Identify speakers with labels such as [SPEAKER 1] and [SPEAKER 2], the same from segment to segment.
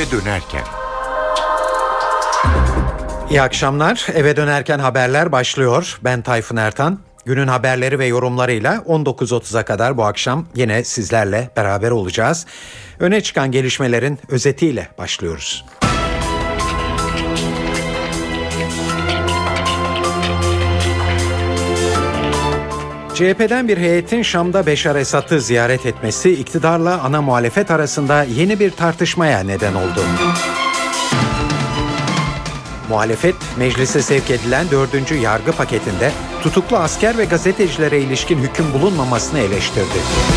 [SPEAKER 1] Eve dönerken.
[SPEAKER 2] İyi akşamlar. Eve dönerken haberler başlıyor. Ben Tayfun Ertan. Günün haberleri ve yorumlarıyla 19.30'a kadar bu akşam yine sizlerle beraber olacağız. Öne çıkan gelişmelerin özetiyle başlıyoruz. CHP'den bir heyetin Şam'da Beşar Esad'ı ziyaret etmesi iktidarla ana muhalefet arasında yeni bir tartışmaya neden oldu. Muhalefet, meclise sevk edilen 4. yargı paketinde tutuklu asker ve gazetecilere ilişkin hüküm bulunmamasını eleştirdi.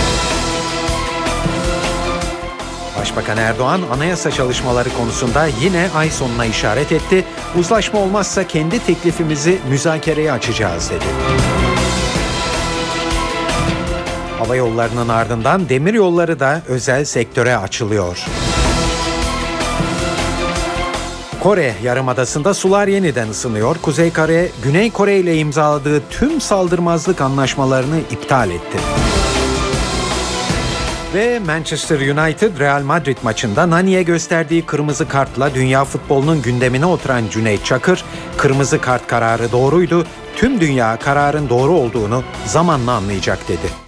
[SPEAKER 2] Başbakan Erdoğan, anayasa çalışmaları konusunda yine ay sonuna işaret etti. Uzlaşma olmazsa kendi teklifimizi müzakereye açacağız dedi. Hava yollarının ardından demir yolları da özel sektöre açılıyor. Kore Yarımadası'nda sular yeniden ısınıyor. Kuzey Kore, Güney Kore ile imzaladığı tüm saldırmazlık anlaşmalarını iptal etti. Ve Manchester United Real Madrid maçında Nani'ye gösterdiği kırmızı kartla dünya futbolunun gündemine oturan Cüneyt Çakır, kırmızı kart kararı doğruydu, tüm dünya kararın doğru olduğunu zamanla anlayacak dedi.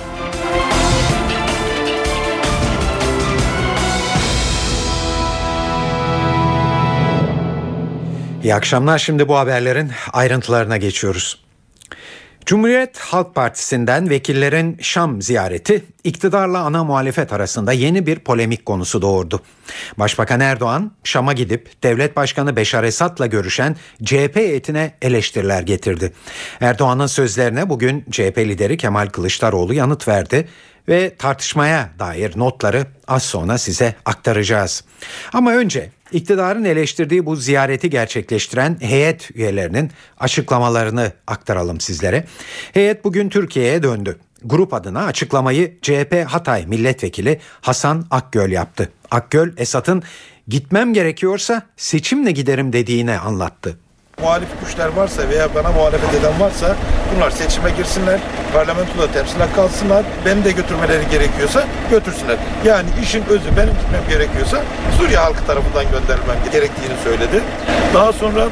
[SPEAKER 2] İyi akşamlar. Şimdi bu haberlerin ayrıntılarına geçiyoruz. Cumhuriyet Halk Partisi'nden vekillerin Şam ziyareti iktidarla ana muhalefet arasında yeni bir polemik konusu doğurdu. Başbakan Erdoğan Şam'a gidip devlet başkanı Beşar Esad'la görüşen CHP heyetine eleştiriler getirdi. Erdoğan'ın sözlerine bugün CHP lideri Kemal Kılıçdaroğlu yanıt verdi ve tartışmaya dair notları az sonra size aktaracağız. Ama önce iktidarın eleştirdiği bu ziyareti gerçekleştiren heyet üyelerinin açıklamalarını aktaralım sizlere. Heyet bugün Türkiye'ye döndü. Grup adına açıklamayı CHP Hatay Milletvekili Hasan Akgöl yaptı. Akgöl, Esad'ın gitmem gerekiyorsa seçimle giderim dediğini anlattı.
[SPEAKER 3] Muhalif güçler varsa veya bana muhalefet eden varsa bunlar seçime girsinler, parlamentoda temsil hakkı alsınlar, beni de götürmeleri gerekiyorsa götürsünler. Yani işin özü benim gitmem gerekiyorsa Suriye halkı tarafından gönderilmem gerektiğini söyledi. Daha sonra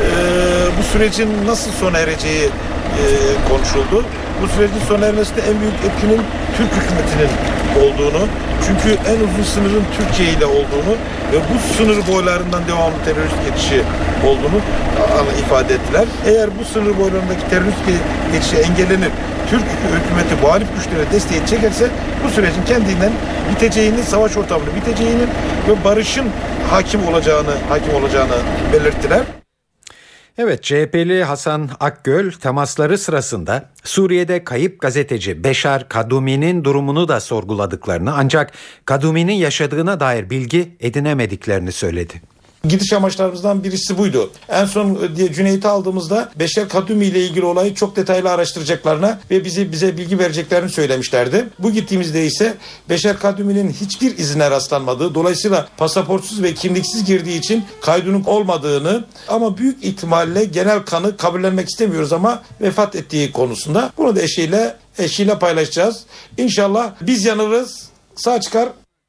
[SPEAKER 3] bu sürecin nasıl sona ereceği konuşuldu. Bu sürecin sona ermesinde en büyük etkinin Türk hükümetinin olduğunu, çünkü en uzun sınırın Türkiye ile olduğunu ve bu sınır boylarından devamlı terörist geçişi olduğunu ifade ettiler. Eğer bu sınır boylarındaki terörist geçişi engellenir, Türk hükümeti muhalif güçlere desteği çekerse bu sürecin kendinden biteceğini, savaş ortamının biteceğini ve barışın hakim olacağını belirttiler.
[SPEAKER 2] Evet, CHP'li Hasan Akgöl temasları sırasında Suriye'de kayıp gazeteci Beşar Kadumi'nin durumunu da sorguladıklarını, ancak Kadumi'nin yaşadığına dair bilgi edinemediklerini söyledi.
[SPEAKER 3] Gidiş amaçlarımızdan birisi buydu. En son Cüneyt'i aldığımızda Beşar Kadumi ile ilgili olayı çok detaylı araştıracaklarına ve bize bilgi vereceklerini söylemişlerdi. Bu gittiğimizde ise Beşar Kadumi'nin hiçbir izine rastlanmadığı, dolayısıyla pasaportsuz ve kimliksiz girdiği için kaydının olmadığını ama büyük ihtimalle genel kanı kabullenmek istemiyoruz ama vefat ettiği konusunda. Bunu da eşiyle paylaşacağız. İnşallah biz yanarız, sağ çıkar.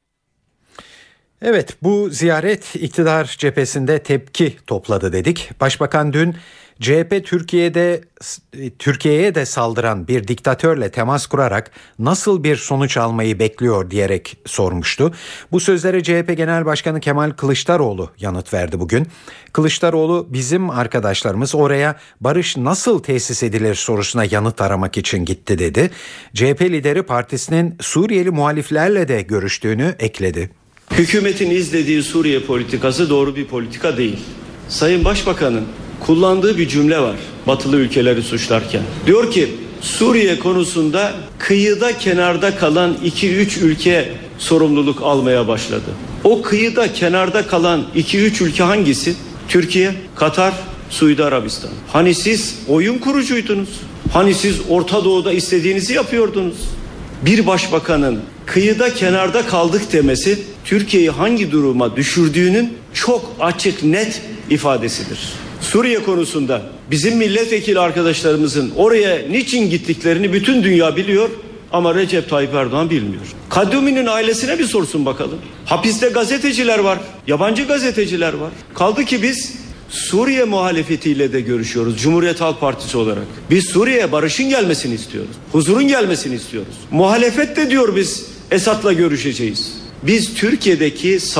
[SPEAKER 2] Evet, bu ziyaret iktidar cephesinde tepki topladı dedik. Başbakan dün CHP Türkiye'ye de saldıran bir diktatörle temas kurarak nasıl bir sonuç almayı bekliyor diyerek sormuştu. Bu sözlere CHP Genel Başkanı Kemal Kılıçdaroğlu yanıt verdi bugün. Kılıçdaroğlu, bizim arkadaşlarımız oraya barış nasıl tesis edilir sorusuna yanıt aramak için gitti dedi. CHP lideri partisinin Suriyeli muhaliflerle de görüştüğünü ekledi.
[SPEAKER 4] Hükümetin izlediği Suriye politikası doğru bir politika değil. Sayın Başbakan'ın kullandığı bir cümle var batılı ülkeleri suçlarken. Diyor ki Suriye konusunda kıyıda kenarda kalan 2-3 ülke sorumluluk almaya başladı. O kıyıda kenarda kalan 2-3 ülke hangisi? Türkiye, Katar, Suudi Arabistan. Hani siz oyun kurucuydunuz? Hani siz Orta Doğu'da istediğinizi yapıyordunuz? Bir başbakanın kıyıda kenarda kaldık demesi Türkiye'yi hangi duruma düşürdüğünün çok açık, net ifadesidir. Suriye konusunda bizim milletvekili arkadaşlarımızın oraya niçin gittiklerini bütün dünya biliyor ama Recep Tayyip Erdoğan bilmiyor. Kaddomi'nin ailesine bir sorsun bakalım. Hapiste gazeteciler var, yabancı gazeteciler var. Kaldı ki biz Suriye muhalefetiyle de görüşüyoruz Cumhuriyet Halk Partisi olarak. Biz Suriye'ye barışın gelmesini istiyoruz. Huzurun gelmesini istiyoruz. Muhalefet de diyor biz Esad'la görüşeceğiz. Biz Türkiye'de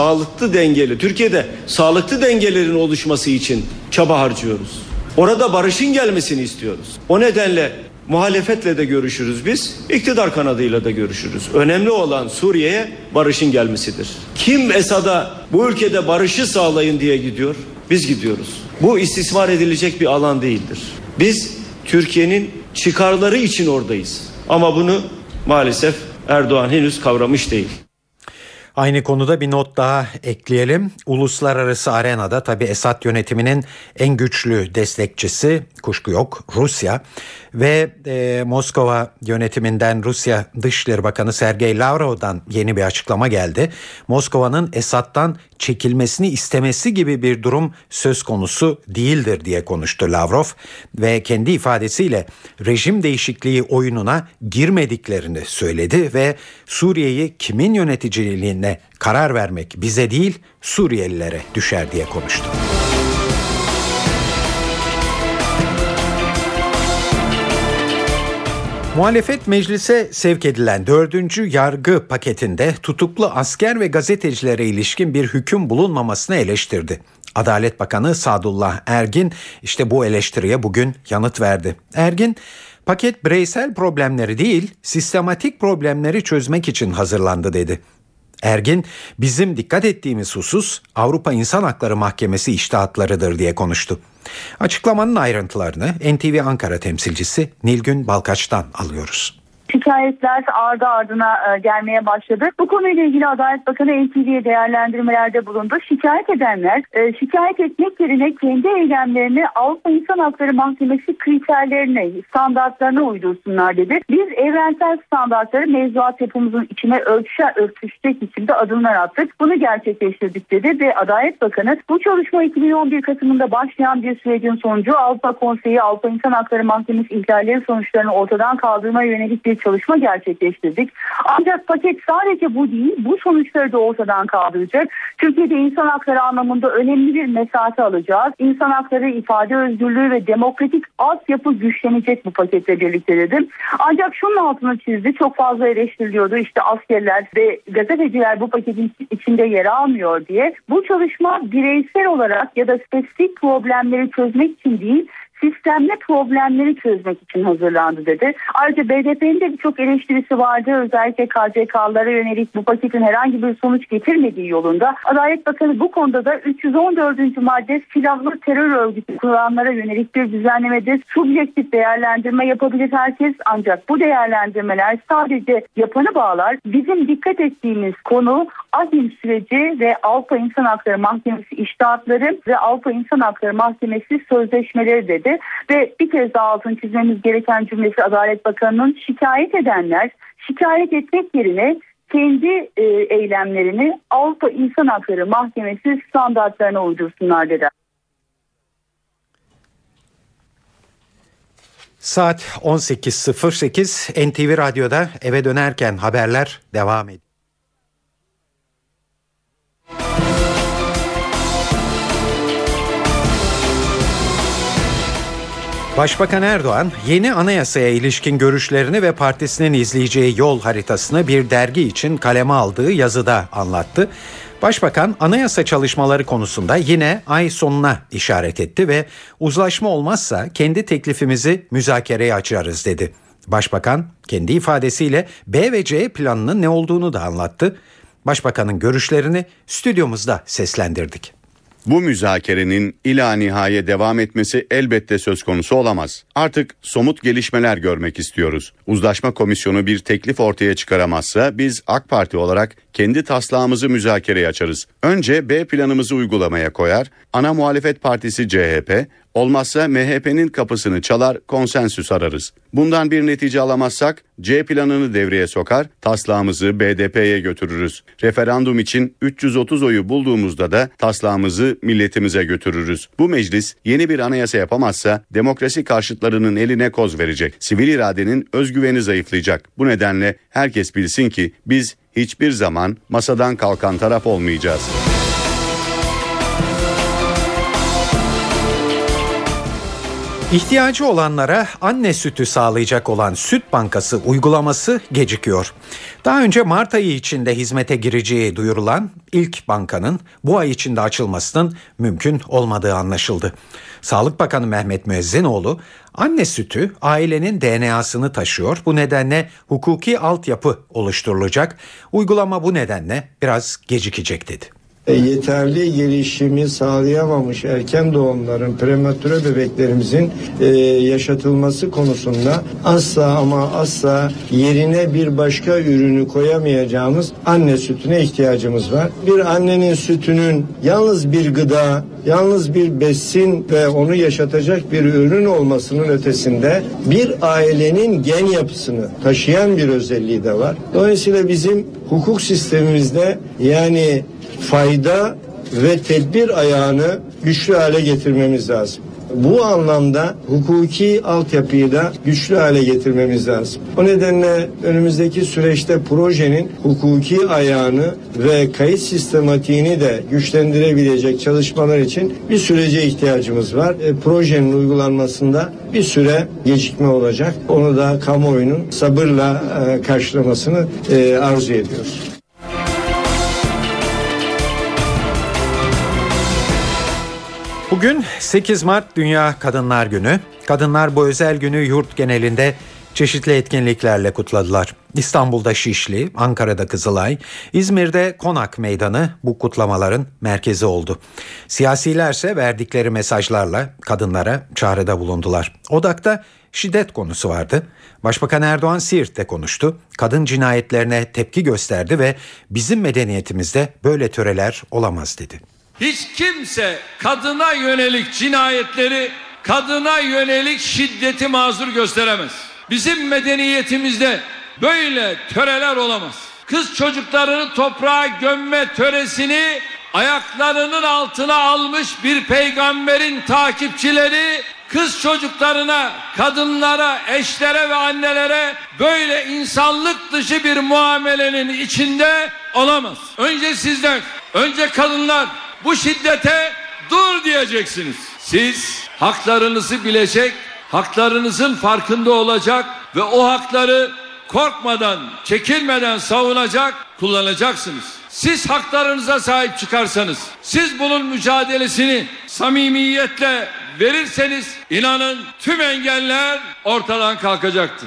[SPEAKER 4] sağlıklı dengelerin oluşması için çaba harcıyoruz. Orada barışın gelmesini istiyoruz. O nedenle muhalefetle de görüşürüz biz, iktidar kanadıyla da görüşürüz. Önemli olan Suriye'ye barışın gelmesidir. Kim Esad'a bu ülkede barışı sağlayın diye gidiyor? Biz gidiyoruz. Bu istismar edilecek bir alan değildir. Biz Türkiye'nin çıkarları için oradayız. Ama bunu maalesef Erdoğan henüz kavramış değil.
[SPEAKER 2] Aynı konuda bir not daha ekleyelim. Uluslararası arenada tabii Esad yönetiminin en güçlü destekçisi kuşku yok Rusya ve Moskova yönetiminden Rusya Dışişleri Bakanı Sergey Lavrov'dan yeni bir açıklama geldi. Moskova'nın Esad'dan çekilmesini istemesi gibi bir durum söz konusu değildir diye konuştu Lavrov ve kendi ifadesiyle rejim değişikliği oyununa girmediklerini söyledi ve Suriye'yi kimin yöneticiliğine karar vermek bize değil Suriyelilere düşer diye konuştu. Muhalefet meclise sevk edilen 4. yargı paketinde tutuklu asker ve gazetecilere ilişkin bir hüküm bulunmamasını eleştirdi. Adalet Bakanı Sadullah Ergin işte bu eleştiriye bugün yanıt verdi. Ergin, paket bireysel problemleri değil, sistematik problemleri çözmek için hazırlandı dedi. Ergin, bizim dikkat ettiğimiz husus Avrupa İnsan Hakları Mahkemesi içtihatlarıdır diye konuştu. Açıklamanın ayrıntılarını NTV Ankara temsilcisi Nilgün Balkaç'tan alıyoruz.
[SPEAKER 1] Şikayetler ardı ardına gelmeye başladı. Bu konuyla ilgili Adalet Bakanı NTV'ye değerlendirmelerde bulundu. Şikayet edenler şikayet etmek yerine kendi eylemlerini Avrupa İnsan Hakları Mahkemesi kriterlerine, standartlarına uydursunlar dedi. Biz evrensel standartları mevzuat yapımızın içine örtüşecek biçimde adımlar attık. Bunu gerçekleştirdik dedi ve Adalet Bakanı bu çalışma 2011 Kasım'ında başlayan bir sürecin sonucu Avrupa Konseyi Avrupa İnsan Hakları Mahkemesi ihlalleri sonuçlarını ortadan kaldırmaya yönelik bir çalışma gerçekleştirdik. Ancak paket sadece bu değil, bu sonuçları da ortadan kaldıracak. Türkiye'de insan hakları anlamında önemli bir mesafe alacağız. İnsan hakları, ifade özgürlüğü ve demokratik altyapı güçlenecek bu paketle birlikte dedim. Ancak şunun altını çizdi, çok fazla eleştiriliyordu. İşte askerler ve gazeteciler bu paketin içinde yer almıyor diye. Bu çalışma bireysel olarak ya da spesifik problemleri çözmek için değil, sistemli problemleri çözmek için hazırlandı dedi. Ayrıca BDP'nin de birçok eleştirisi vardı. Özellikle KCK'lara yönelik bu paketin herhangi bir sonuç getirmediği yolunda. Adalet Bakanı bu konuda da 314. madde silahlı terör örgütü kuranlara yönelik bir düzenlemede subjektif değerlendirme yapabilir herkes. Ancak bu değerlendirmeler sadece yapanı bağlar. Bizim dikkat ettiğimiz konu ahim süreci ve Avrupa İnsan Hakları Mahkemesi içtihatları ve Avrupa İnsan Hakları Mahkemesi sözleşmeleri dedi. Ve bir kez daha altını çizmemiz gereken cümlesi Adalet Bakanı'nın şikayet edenler şikayet etmek yerine kendi eylemlerini Avrupa İnsan Hakları Mahkemesi standartlarına uydursunlar dedi.
[SPEAKER 2] Saat 18.08 NTV Radyo'da eve dönerken haberler devam ediyor. Başbakan Erdoğan yeni anayasaya ilişkin görüşlerini ve partisinin izleyeceği yol haritasını bir dergi için kaleme aldığı yazıda anlattı. Başbakan anayasa çalışmaları konusunda yine ay sonuna işaret etti ve uzlaşma olmazsa kendi teklifimizi müzakereye açarız dedi. Başbakan kendi ifadesiyle B ve C planının ne olduğunu da anlattı. Başbakanın görüşlerini stüdyomuzda seslendirdik.
[SPEAKER 5] Bu müzakerenin ilanihaye devam etmesi elbette söz konusu olamaz. Artık somut gelişmeler görmek istiyoruz. Uzlaşma komisyonu bir teklif ortaya çıkaramazsa biz AK Parti olarak kendi taslağımızı müzakereye açarız. Önce B planımızı uygulamaya koyar, ana muhalefet partisi CHP, Olmazsa MHP'nin kapısını çalar, konsensüs ararız. Bundan bir netice alamazsak C planını devreye sokar, taslağımızı BDP'ye götürürüz. Referandum için 330 oyu bulduğumuzda da taslağımızı milletimize götürürüz. Bu meclis yeni bir anayasa yapamazsa demokrasi karşıtlarının eline koz verecek. Sivil iradenin özgüveni zayıflayacak. Bu nedenle herkes bilsin ki biz hiçbir zaman masadan kalkan taraf olmayacağız.
[SPEAKER 2] İhtiyacı olanlara anne sütü sağlayacak olan Süt Bankası uygulaması gecikiyor. Daha önce Mart ayı içinde hizmete gireceği duyurulan ilk bankanın bu ay içinde açılmasının mümkün olmadığı anlaşıldı. Sağlık Bakanı Mehmet Müezzinoğlu, anne sütü ailenin DNA'sını taşıyor. Bu nedenle hukuki altyapı oluşturulacak. Uygulama bu nedenle biraz gecikecek dedi.
[SPEAKER 6] Yeterli gelişimi sağlayamamış erken doğumların, prematüre bebeklerimizin yaşatılması konusunda asla ama asla yerine bir başka ürünü koyamayacağımız anne sütüne ihtiyacımız var. Bir annenin sütünün yalnız bir gıda, yalnız bir besin ve onu yaşatacak bir ürün olmasının ötesinde bir ailenin gen yapısını taşıyan bir özelliği de var. Dolayısıyla bizim hukuk sistemimizde yani fayda ve tedbir ayağını güçlü hale getirmemiz lazım. Bu anlamda hukuki altyapıyı da güçlü hale getirmemiz lazım. O nedenle önümüzdeki süreçte projenin hukuki ayağını ve kayıt sistematiğini de güçlendirebilecek çalışmalar için bir sürece ihtiyacımız var. Projenin uygulanmasında bir süre gecikme olacak. Onu da kamuoyunun sabırla karşılamasını arzu ediyoruz.
[SPEAKER 2] Bugün 8 Mart Dünya Kadınlar Günü. Kadınlar bu özel günü yurt genelinde çeşitli etkinliklerle kutladılar. İstanbul'da Şişli, Ankara'da Kızılay, İzmir'de Konak Meydanı bu kutlamaların merkezi oldu. Siyasilerse verdikleri mesajlarla kadınlara çağrıda bulundular. Odak'ta şiddet konusu vardı. Başbakan Erdoğan Siirt'te konuştu. Kadın cinayetlerine tepki gösterdi ve bizim medeniyetimizde böyle töreler olamaz dedi.
[SPEAKER 7] Hiç kimse kadına yönelik cinayetleri, kadına yönelik şiddeti mazur gösteremez. Bizim medeniyetimizde böyle töreler olamaz. Kız çocuklarını toprağa gömme töresini ayaklarının altına almış bir peygamberin takipçileri kız çocuklarına, kadınlara, eşlere ve annelere böyle insanlık dışı bir muamelenin içinde olamaz. Önce sizler, önce kadınlar bu şiddete dur diyeceksiniz. Siz haklarınızı bilecek, haklarınızın farkında olacak ve o hakları korkmadan, çekinmeden savunacak, kullanacaksınız. Siz haklarınıza sahip çıkarsanız, siz bunun mücadelesini samimiyetle verirseniz inanın tüm engeller ortadan kalkacaktır.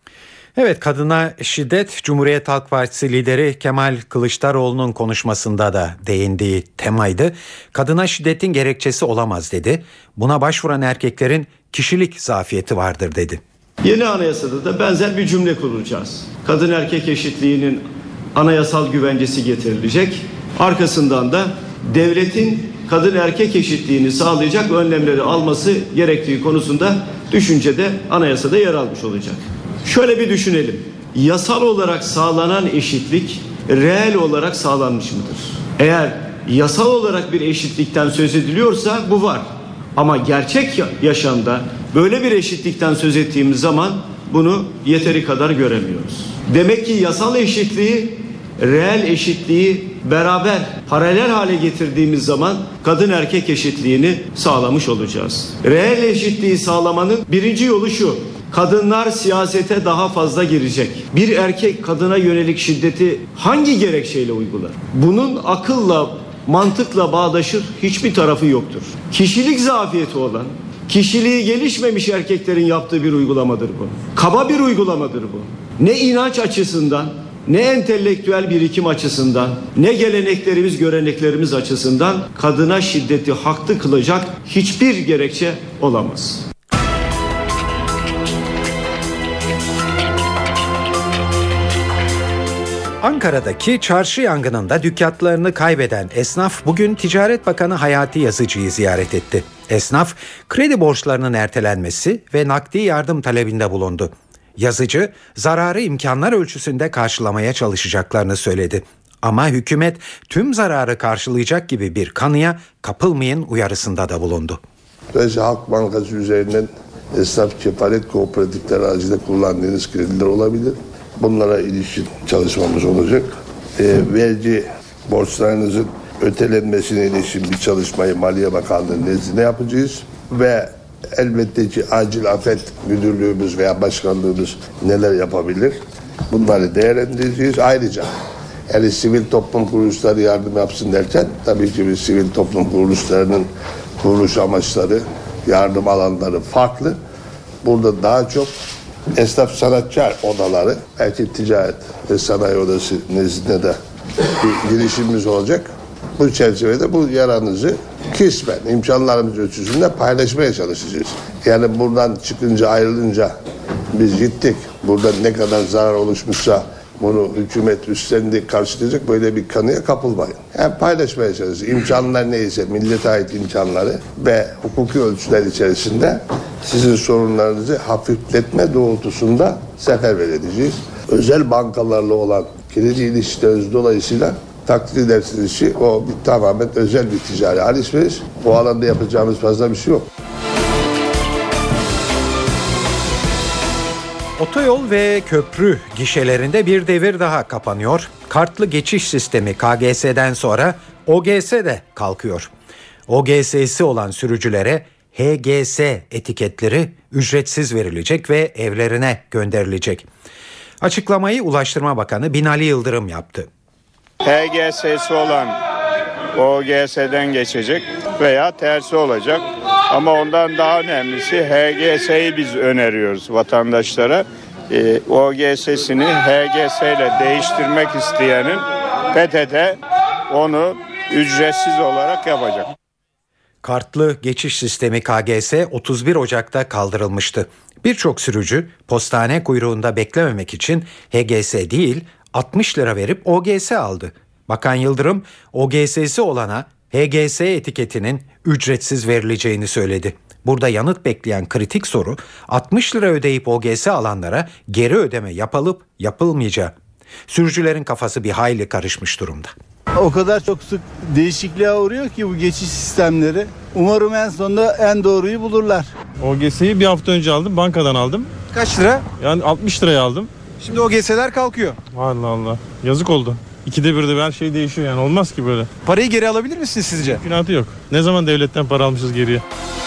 [SPEAKER 2] Evet, kadına şiddet Cumhuriyet Halk Partisi lideri Kemal Kılıçdaroğlu'nun konuşmasında da değindiği temaydı. Kadına şiddetin gerekçesi olamaz dedi. Buna başvuran erkeklerin kişilik zafiyeti vardır dedi.
[SPEAKER 4] Yeni anayasada da benzer bir cümle kuracağız. Kadın erkek eşitliğinin anayasal güvencesi getirilecek. Arkasından da devletin kadın erkek eşitliğini sağlayacak önlemleri alması gerektiği konusunda düşüncede anayasada yer almış olacak. Şöyle bir düşünelim. Yasal olarak sağlanan eşitlik reel olarak sağlanmış mıdır? Eğer yasal olarak bir eşitlikten söz ediliyorsa bu var. Ama gerçek yaşamda böyle bir eşitlikten söz ettiğimiz zaman bunu yeteri kadar göremiyoruz. Demek ki yasal eşitliği, reel eşitliği beraber paralel hale getirdiğimiz zaman kadın erkek eşitliğini sağlamış olacağız. Reel eşitliği sağlamanın birinci yolu şu: kadınlar siyasete daha fazla girecek. Bir erkek kadına yönelik şiddeti hangi gerekçeyle uygular? Bunun akılla, mantıkla bağdaşır hiçbir tarafı yoktur. Kişilik zafiyeti olan, kişiliği gelişmemiş erkeklerin yaptığı bir uygulamadır bu. Kaba bir uygulamadır bu. Ne inanç açısından, ne entelektüel birikim açısından, ne geleneklerimiz, göreneklerimiz açısından kadına şiddeti haklı kılacak hiçbir gerekçe olamaz.
[SPEAKER 2] Ankara'daki çarşı yangınında dükkatlarını kaybeden esnaf bugün Ticaret Bakanı Hayati Yazıcı'yı ziyaret etti. Esnaf, kredi borçlarının ertelenmesi ve nakdi yardım talebinde bulundu. Yazıcı, zararı imkanlar ölçüsünde karşılamaya çalışacaklarını söyledi. Ama hükümet tüm zararı karşılayacak gibi bir kanıya kapılmayın uyarısında da bulundu.
[SPEAKER 8] Böylece Halk Bankası üzerinden esnaf kefalet kooperatifleri aracılığıyla kullandığınız krediler olabilir. Bunlara ilişkin çalışmamız olacak. Vergi borçlarınızın ötelenmesine ilişkin bir çalışmayı Maliye Bakanlığı nezdinde yapacağız. Ve elbette ki acil afet müdürlüğümüz veya başkanlığımız neler yapabilir? Bunları değerlendireceğiz. Ayrıca yani sivil toplum kuruluşları yardım yapsın derken tabii ki biz sivil toplum kuruluşlarının kuruluş amaçları, yardım alanları farklı. Burada daha çok esnaf sanatçı odaları, belki ticaret ve sanayi odası nezdinde de bir girişimimiz olacak. Bu çerçevede bu yaranızı kısmen imkanlarımız ölçüsünde paylaşmaya çalışacağız. Yani buradan çıkınca, ayrılınca biz gittik. Burada ne kadar zarar oluşmuşsa bunu hükümet üstlendi, karşılayacak, böyle bir kanıya kapılmayın. Yani paylaşmaya çalışacağız. İmkanlar neyse, millete ait imkanları ve hukuki ölçüler içerisinde sizin sorunlarınızı hafifletme doğrultusunda seferber edeceğiz. Özel bankalarla olan kredi ilişkileriniz dolayısıyla takdir edersiniz ki o tamamen özel bir ticari alışveriş. Bu alanda yapacağımız fazla bir şey yok.
[SPEAKER 2] Otoyol ve köprü gişelerinde bir devir daha kapanıyor. Kartlı geçiş sistemi KGS'den sonra OGS de kalkıyor. OGS'si olan sürücülere HGS etiketleri ücretsiz verilecek ve evlerine gönderilecek. Açıklamayı Ulaştırma Bakanı Binali Yıldırım yaptı.
[SPEAKER 9] HGS'si olan OGS'den geçecek veya tersi olacak. Ama ondan daha önemlisi HGS'yi biz öneriyoruz vatandaşlara. OGS'sini HGS ile değiştirmek isteyenin PTT onu ücretsiz olarak yapacak.
[SPEAKER 2] Kartlı geçiş sistemi KGS 31 Ocak'ta kaldırılmıştı. Birçok sürücü postane kuyruğunda beklememek için HGS değil 60 lira verip OGS aldı. Bakan Yıldırım OGS'si olana HGS etiketinin ücretsiz verileceğini söyledi. Burada yanıt bekleyen kritik soru 60 lira ödeyip OGS alanlara geri ödeme yapılıp yapılmayacağı. Sürücülerin kafası bir hayli karışmış durumda.
[SPEAKER 10] O kadar çok sık değişikliğe uğruyor ki bu geçiş sistemleri. Umarım en sonunda en doğruyu bulurlar.
[SPEAKER 11] OGS'yi bir hafta önce aldım, bankadan aldım.
[SPEAKER 12] Kaç lira?
[SPEAKER 11] Yani 60 liraya aldım.
[SPEAKER 12] Şimdi OGS'ler kalkıyor.
[SPEAKER 11] Allah Allah. Yazık oldu. İkide bir de her şey değişiyor yani. Olmaz ki böyle.
[SPEAKER 12] Parayı geri alabilir misiniz sizce?
[SPEAKER 11] Mümkünatı yok. Ne zaman devletten para almışız geriye?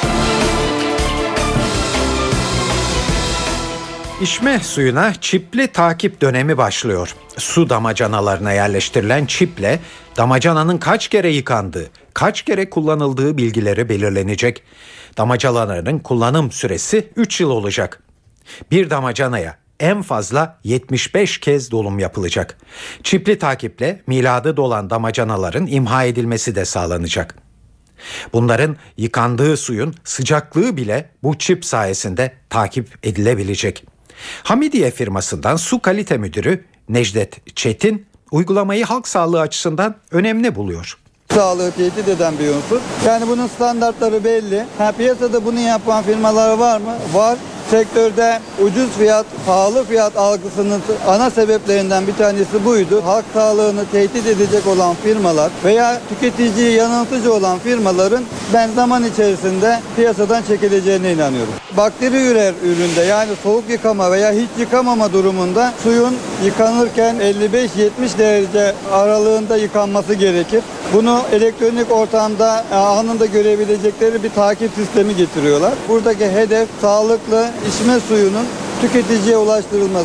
[SPEAKER 2] İçme suyuna çipli takip dönemi başlıyor. Su damacanalarına yerleştirilen çiple damacananın kaç kere yıkandığı, kaç kere kullanıldığı bilgileri belirlenecek. Damacanaların kullanım süresi 3 yıl olacak. Bir damacanaya en fazla 75 kez dolum yapılacak. Çipli takiple miladı dolan damacanaların imha edilmesi de sağlanacak. Bunların yıkandığı suyun sıcaklığı bile bu çip sayesinde takip edilebilecek. Hamidiye firmasından su kalite müdürü Necdet Çetin uygulamayı halk sağlığı açısından önemli buluyor.
[SPEAKER 10] Sağlığı tehdit eden bir unsur. Yani bunun standartları belli. Piyasada bunu yapan firmalar var mı? Var. Sektörde ucuz fiyat, pahalı fiyat algısının ana sebeplerinden bir tanesi buydu. Halk sağlığını tehdit edecek olan firmalar veya tüketiciyi yanıltıcı olan firmaların ben zaman içerisinde piyasadan çekileceğine inanıyorum. Bakteri ürer üründe, yani soğuk yıkama veya hiç yıkamama durumunda suyun yıkanırken 55-70 derece aralığında yıkanması gerekir. Bunu elektronik ortamda anında görebilecekleri bir takip sistemi getiriyorlar. Buradaki hedef sağlıklı içme suyunun tüketiciye ulaştırılması.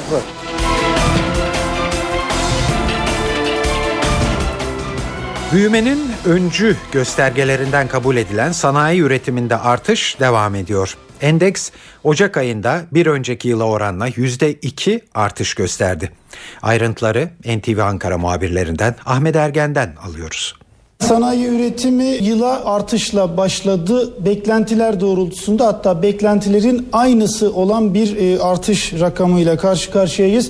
[SPEAKER 2] Büyümenin öncü göstergelerinden kabul edilen sanayi üretiminde artış devam ediyor. Endeks Ocak ayında bir önceki yıla oranla %2 artış gösterdi. Ayrıntıları NTV Ankara muhabirlerinden Ahmet Ergen'den alıyoruz.
[SPEAKER 13] Sanayi üretimi yıla artışla başladı. Beklentiler doğrultusunda, hatta beklentilerin aynısı olan bir artış rakamıyla karşı karşıyayız.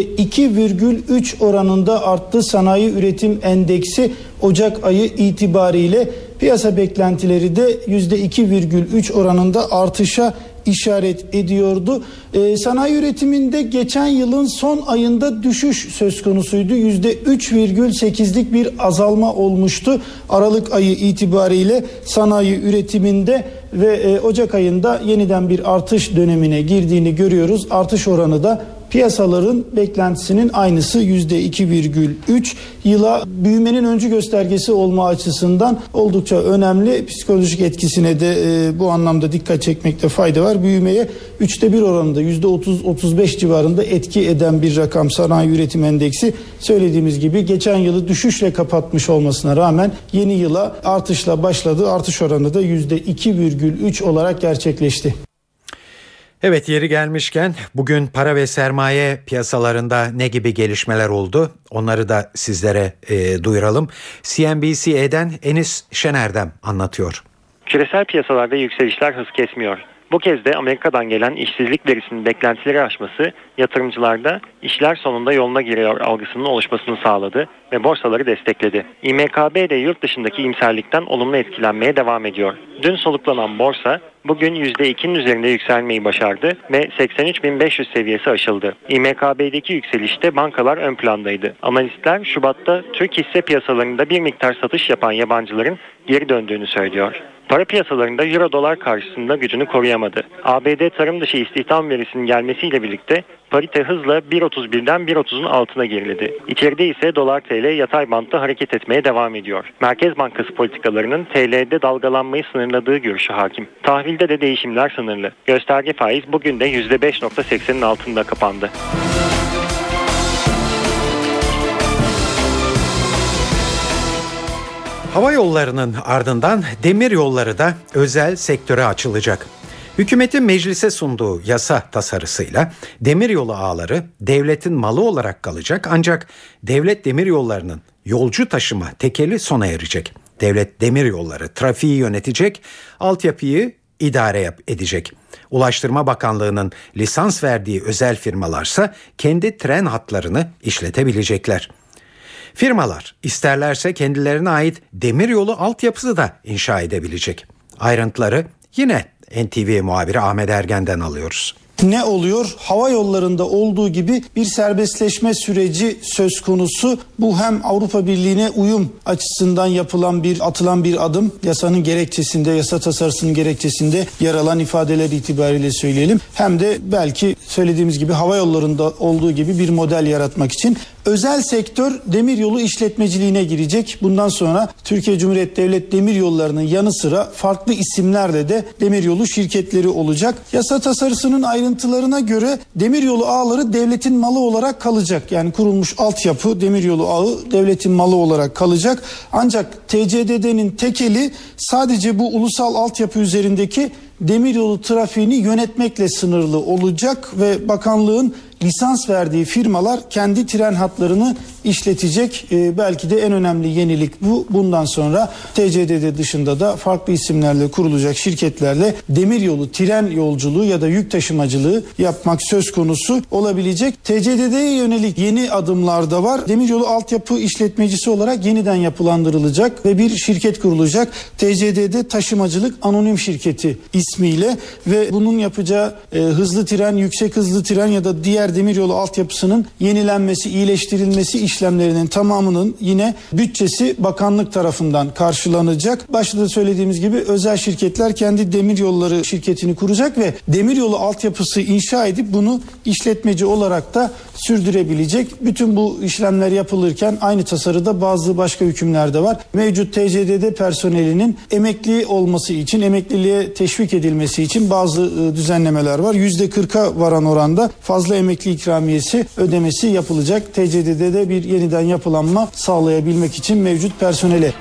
[SPEAKER 13] %2,3 oranında arttı sanayi üretim endeksi Ocak ayı itibariyle. Piyasa beklentileri de %2,3 oranında artışa işaret ediyordu. Sanayi üretiminde geçen yılın son ayında düşüş söz konusuydu. %3,8'lik bir azalma olmuştu Aralık ayı itibariyle sanayi üretiminde ve Ocak ayında yeniden bir artış dönemine girdiğini görüyoruz. Artış oranı da piyasaların beklentisinin aynısı %2,3. Yıla büyümenin öncü göstergesi olma açısından oldukça önemli. Psikolojik etkisine de bu anlamda dikkat çekmekte fayda var. Büyümeye 1/3 oranında %30-35 civarında etki eden bir rakam sanayi üretim endeksi. Söylediğimiz gibi geçen yılı düşüşle kapatmış olmasına rağmen yeni yıla artışla başladı. Artış oranı da %2,3 olarak gerçekleşti.
[SPEAKER 2] Evet, yeri gelmişken bugün para ve sermaye piyasalarında ne gibi gelişmeler oldu? Onları da sizlere duyuralım. CNBC'den Enis Şener'den anlatıyor.
[SPEAKER 14] Küresel piyasalarda yükselişler hız kesmiyor. Bu kez de Amerika'dan gelen işsizlik verisinin beklentileri aşması yatırımcılarda işler sonunda yoluna giriyor algısının oluşmasını sağladı ve borsaları destekledi. İMKB de yurt dışındaki iyimserlikten olumlu etkilenmeye devam ediyor. Dün soluklanan borsa bugün %2'nin üzerinde yükselmeyi başardı ve 83.500 seviyesi aşıldı. İMKB'deki yükselişte bankalar ön plandaydı. Analistler Şubat'ta Türk hisse piyasalarında bir miktar satış yapan yabancıların geri döndüğünü söylüyor. Para piyasalarında euro dolar karşısında gücünü koruyamadı. ABD tarım dışı istihdam verisinin gelmesiyle birlikte parite hızla 1.31'den 1.30'un altına geriledi. İçeride ise dolar TL yatay bantta hareket etmeye devam ediyor. Merkez Bankası politikalarının TL'de dalgalanmayı sınırladığı görüşü hakim. Tahvilde de değişimler sınırlı. Gösterge faiz bugün de %5.80'in altında kapandı.
[SPEAKER 2] Hava yollarının ardından demir yolları da özel sektöre açılacak. Hükümetin meclise sunduğu yasa tasarısıyla demiryolu ağları devletin malı olarak kalacak, ancak devlet demiryollarının yolcu taşıma tekeli sona erecek. Devlet demiryolları trafiği yönetecek, altyapıyı idare edecek. Ulaştırma Bakanlığı'nın lisans verdiği özel firmalarsa kendi tren hatlarını işletebilecekler. Firmalar isterlerse kendilerine ait demiryolu altyapısı da inşa edebilecek. Ayrıntıları yine NTV muhabiri Ahmet Ergen'den alıyoruz.
[SPEAKER 13] Ne oluyor? Hava yollarında olduğu gibi bir serbestleşme süreci söz konusu. Bu hem Avrupa Birliği'ne uyum açısından atılan bir adım. Yasanın gerekçesinde, yasa tasarısının gerekçesinde yer alan ifadeler itibariyle söyleyelim. Hem de belki söylediğimiz gibi hava yollarında olduğu gibi bir model yaratmak için özel sektör demiryolu işletmeciliğine girecek. Bundan sonra Türkiye Cumhuriyeti Devlet Demiryolları'nın yanı sıra farklı isimlerle de demiryolu şirketleri olacak. Yasa tasarısının ayrıntılarına göre demiryolu ağları devletin malı olarak kalacak. Yani kurulmuş altyapı demiryolu ağı devletin malı olarak kalacak. Ancak TCDD'nin tekeli sadece bu ulusal altyapı üzerindeki demiryolu trafiğini yönetmekle sınırlı olacak ve bakanlığın lisans verdiği firmalar kendi tren hatlarını işletecek. Belki de en önemli yenilik bu. Bundan sonra TCDD dışında da farklı isimlerle kurulacak şirketlerle demiryolu, tren yolculuğu ya da yük taşımacılığı yapmak söz konusu olabilecek. TCDD'ye yönelik yeni adımlar da var. Demiryolu altyapı işletmecisi olarak yeniden yapılandırılacak ve bir şirket kurulacak. TCDD Taşımacılık Anonim Şirketi ismiyle ve bunun yapacağı hızlı tren, yüksek hızlı tren ya da diğer demiryolu altyapısının yenilenmesi, iyileştirilmesi işlemlerinin tamamının yine bütçesi bakanlık tarafından karşılanacak. Başta da söylediğimiz gibi özel şirketler kendi demiryolları şirketini kuracak ve demiryolu altyapısı inşa edip bunu işletmeci olarak da sürdürebilecek. Bütün bu işlemler yapılırken aynı tasarıda bazı başka hükümler de var. Mevcut TCDD personelinin emekli olması için, emekliliğe teşvik edilmesi için bazı düzenlemeler var. %40'a varan oranda fazla emekli ikramiyesi ödemesi yapılacak. TCDD'de bir yeniden yapılanma sağlayabilmek için mevcut personele.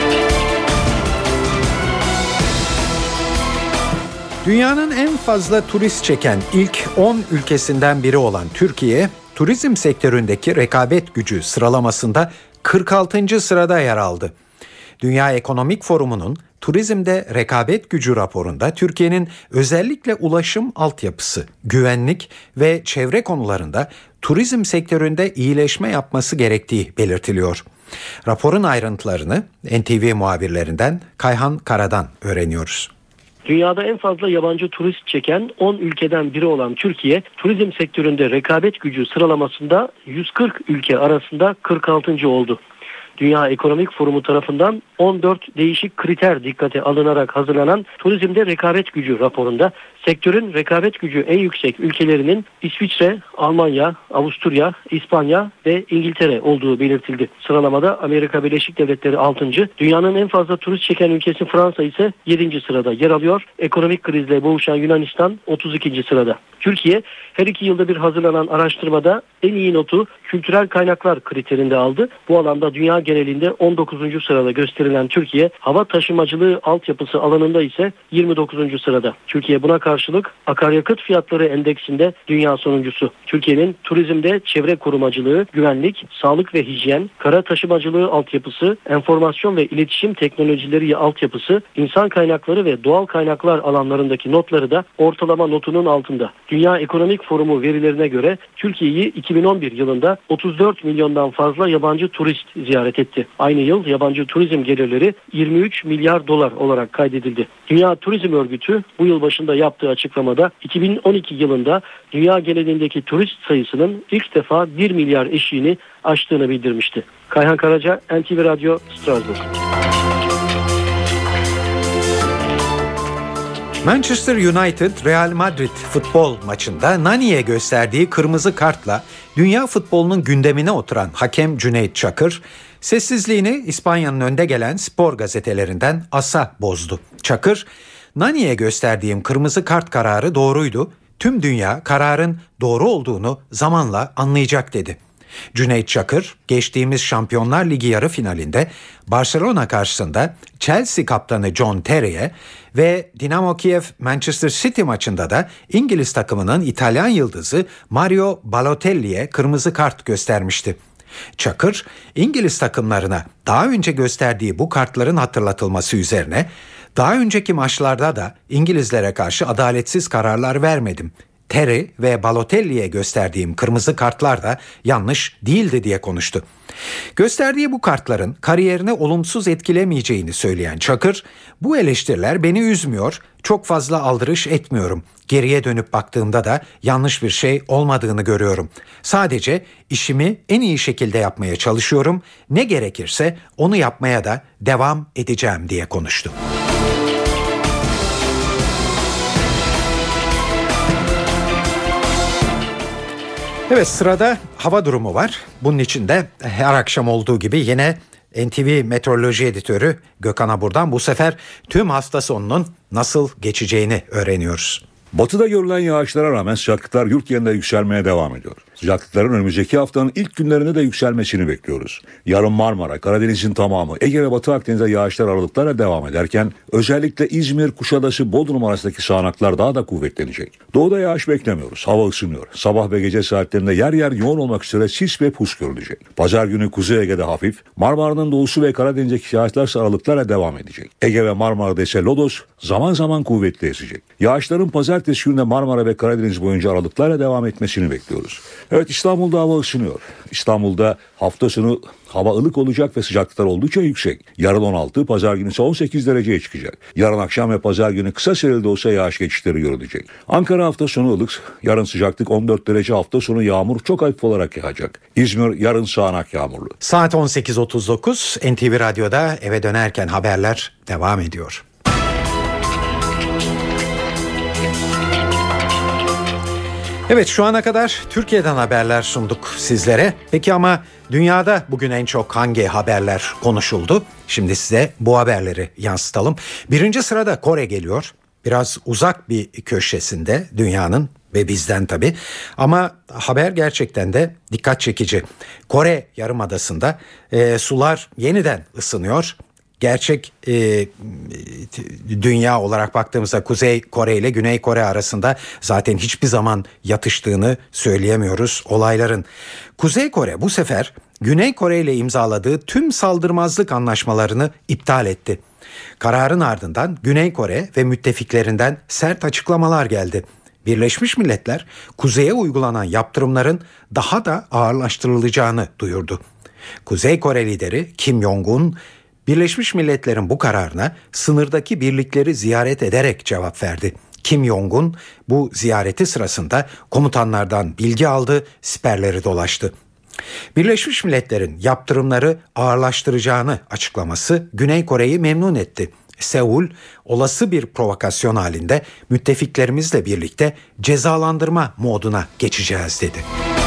[SPEAKER 2] Dünyanın en fazla turist çeken ilk 10 ülkesinden biri olan Türkiye, turizm sektöründeki rekabet gücü sıralamasında 46. sırada yer aldı. Dünya Ekonomik Forumu'nun Turizmde Rekabet Gücü raporunda Türkiye'nin özellikle ulaşım altyapısı, güvenlik ve çevre konularında turizm sektöründe iyileşme yapması gerektiği belirtiliyor. Raporun ayrıntılarını NTV muhabirlerinden Kayhan Kara'dan öğreniyoruz.
[SPEAKER 15] Dünyada en fazla yabancı turist çeken 10 ülkeden biri olan Türkiye, turizm sektöründe rekabet gücü sıralamasında 140 ülke arasında 46. oldu. Dünya Ekonomik Forumu tarafından 14 değişik kriter dikkate alınarak hazırlanan Turizmde Rekabet Gücü raporunda sektörün rekabet gücü en yüksek ülkelerinin İsviçre, Almanya, Avusturya, İspanya ve İngiltere olduğu belirtildi. Sıralamada Amerika Birleşik Devletleri 6. Dünyanın en fazla turist çeken ülkesi Fransa ise 7. sırada yer alıyor. Ekonomik krizle boğuşan Yunanistan 32. sırada. Türkiye her 2 yılda bir hazırlanan araştırmada en iyi notu kültürel kaynaklar kriterinde aldı. Bu alanda dünya genelinde 19. sırada gösterilen Türkiye, hava taşımacılığı altyapısı alanında ise 29. sırada. Türkiye buna karşılık akaryakıt fiyatları endeksinde dünya sonuncusu. Türkiye'nin turizmde çevre korumacılığı, güvenlik, sağlık ve hijyen, kara taşımacılığı altyapısı, enformasyon ve iletişim teknolojileri altyapısı, insan kaynakları ve doğal kaynaklar alanlarındaki notları da ortalama notunun altında. Dünya Ekonomik Forumu verilerine göre Türkiye'yi 2011 yılında 34 milyondan fazla yabancı turist ziyaret etti. Aynı yıl yabancı turizm gelirleri 23 milyar dolar olarak kaydedildi. Dünya Turizm Örgütü bu yıl başında yaptığı açıklamada 2012 yılında dünya genelindeki turist sayısının ilk defa 1 milyar eşiğini aştığını bildirmişti. Kayhan Karaca, NTV Radyo, Strasbourg.
[SPEAKER 2] Manchester United Real Madrid futbol maçında Nani'ye gösterdiği kırmızı kartla dünya futbolunun gündemine oturan hakem Cüneyt Çakır, sessizliğini İspanya'nın önde gelen spor gazetelerinden AS'a bozdu. Çakır, Nani'ye gösterdiğim kırmızı kart kararı doğruydu, tüm dünya kararın doğru olduğunu zamanla anlayacak dedi. Cüneyt Çakır, geçtiğimiz Şampiyonlar Ligi yarı finalinde Barcelona karşısında Chelsea kaptanı John Terry'e ve Dinamo Kiev Manchester City maçında da İngiliz takımının İtalyan yıldızı Mario Balotelli'ye kırmızı kart göstermişti. Çakır, İngiliz takımlarına daha önce gösterdiği bu kartların hatırlatılması üzerine daha önceki maçlarda da İngilizlere karşı adaletsiz kararlar vermedim. Terry ve Balotelli'ye gösterdiğim kırmızı kartlar da yanlış değildi diye konuştu. Gösterdiği bu kartların kariyerini olumsuz etkilemeyeceğini söyleyen Çakır, bu eleştiriler beni üzmüyor, çok fazla aldırış etmiyorum. Geriye dönüp baktığımda da yanlış bir şey olmadığını görüyorum. Sadece işimi en iyi şekilde yapmaya çalışıyorum. Ne gerekirse onu yapmaya da devam edeceğim diye konuştu. Evet, sırada hava durumu var. Bunun için de her akşam olduğu gibi yine NTV Meteoroloji Editörü Gökhan Abur'dan bu sefer tüm hafta sonunun nasıl geçeceğini öğreniyoruz.
[SPEAKER 16] Batıda görülen yağışlara rağmen sıcaklıklar yurt genelinde yükselmeye devam ediyor. Sıcaklıkların önümüzdeki haftanın ilk günlerinde de yükselmesini bekliyoruz. Yarın Marmara, Karadeniz'in tamamı, Ege ve Batı Akdeniz'de yağışlar aralıklarla devam ederken özellikle İzmir, Kuşadası, Bodrum arasındaki sağanaklar daha da kuvvetlenecek. Doğuda yağış beklemiyoruz. Hava ısınıyor. Sabah ve gece saatlerinde yer yer yoğun olmak üzere sis ve pus görülecek. Pazar günü Kuzey Ege'de hafif, Marmara'nın doğusu ve Karadeniz'deki yağışlar aralıklarla devam edecek. Ege ve Marmara'da ise lodos zaman zaman kuvvetli esecek. Yağışların pazartesi günü Marmara ve Karadeniz boyunca aralıklarla devam etmesini bekliyoruz. Evet, İstanbul'da hava ısınıyor. İstanbul'da hafta sonu hava ılık olacak ve sıcaklıklar oldukça yüksek. Yarın 16, pazar günü ise 18 dereceye çıkacak. Yarın akşam ve pazar günü kısa süreli de olsa yağış geçişleri görülecek. Ankara hafta sonu ılık, yarın sıcaklık 14 derece, hafta sonu yağmur çok hafif olarak yağacak. İzmir yarın sağanak yağmurlu.
[SPEAKER 2] Saat 18.39 NTV Radyo'da eve dönerken haberler devam ediyor. Evet, şu ana kadar Türkiye'den haberler sunduk sizlere. Peki ama dünyada bugün en çok hangi haberler konuşuldu? Şimdi size bu haberleri yansıtalım. Birinci sırada Kore geliyor. Biraz uzak bir köşesinde dünyanın ve bizden tabii. Ama haber gerçekten de dikkat çekici. Kore Yarımadası'nda sular yeniden ısınıyor. Gerçek dünya olarak baktığımızda Kuzey Kore ile Güney Kore arasında zaten hiçbir zaman yatıştığını söyleyemiyoruz olayların. Kuzey Kore bu sefer Güney Kore ile imzaladığı tüm saldırmazlık anlaşmalarını iptal etti. Kararın ardından Güney Kore ve müttefiklerinden sert açıklamalar geldi. Birleşmiş Milletler kuzeye uygulanan yaptırımların daha da ağırlaştırılacağını duyurdu. Kuzey Kore lideri Kim Jong-un, Birleşmiş Milletler'in bu kararına sınırdaki birlikleri ziyaret ederek cevap verdi. Kim Jong-un bu ziyareti sırasında komutanlardan bilgi aldı, siperleri dolaştı. Birleşmiş Milletler'in yaptırımları ağırlaştıracağını açıklaması Güney Kore'yi memnun etti. Seul, olası bir provokasyon halinde müttefiklerimizle birlikte cezalandırma moduna geçeceğiz dedi.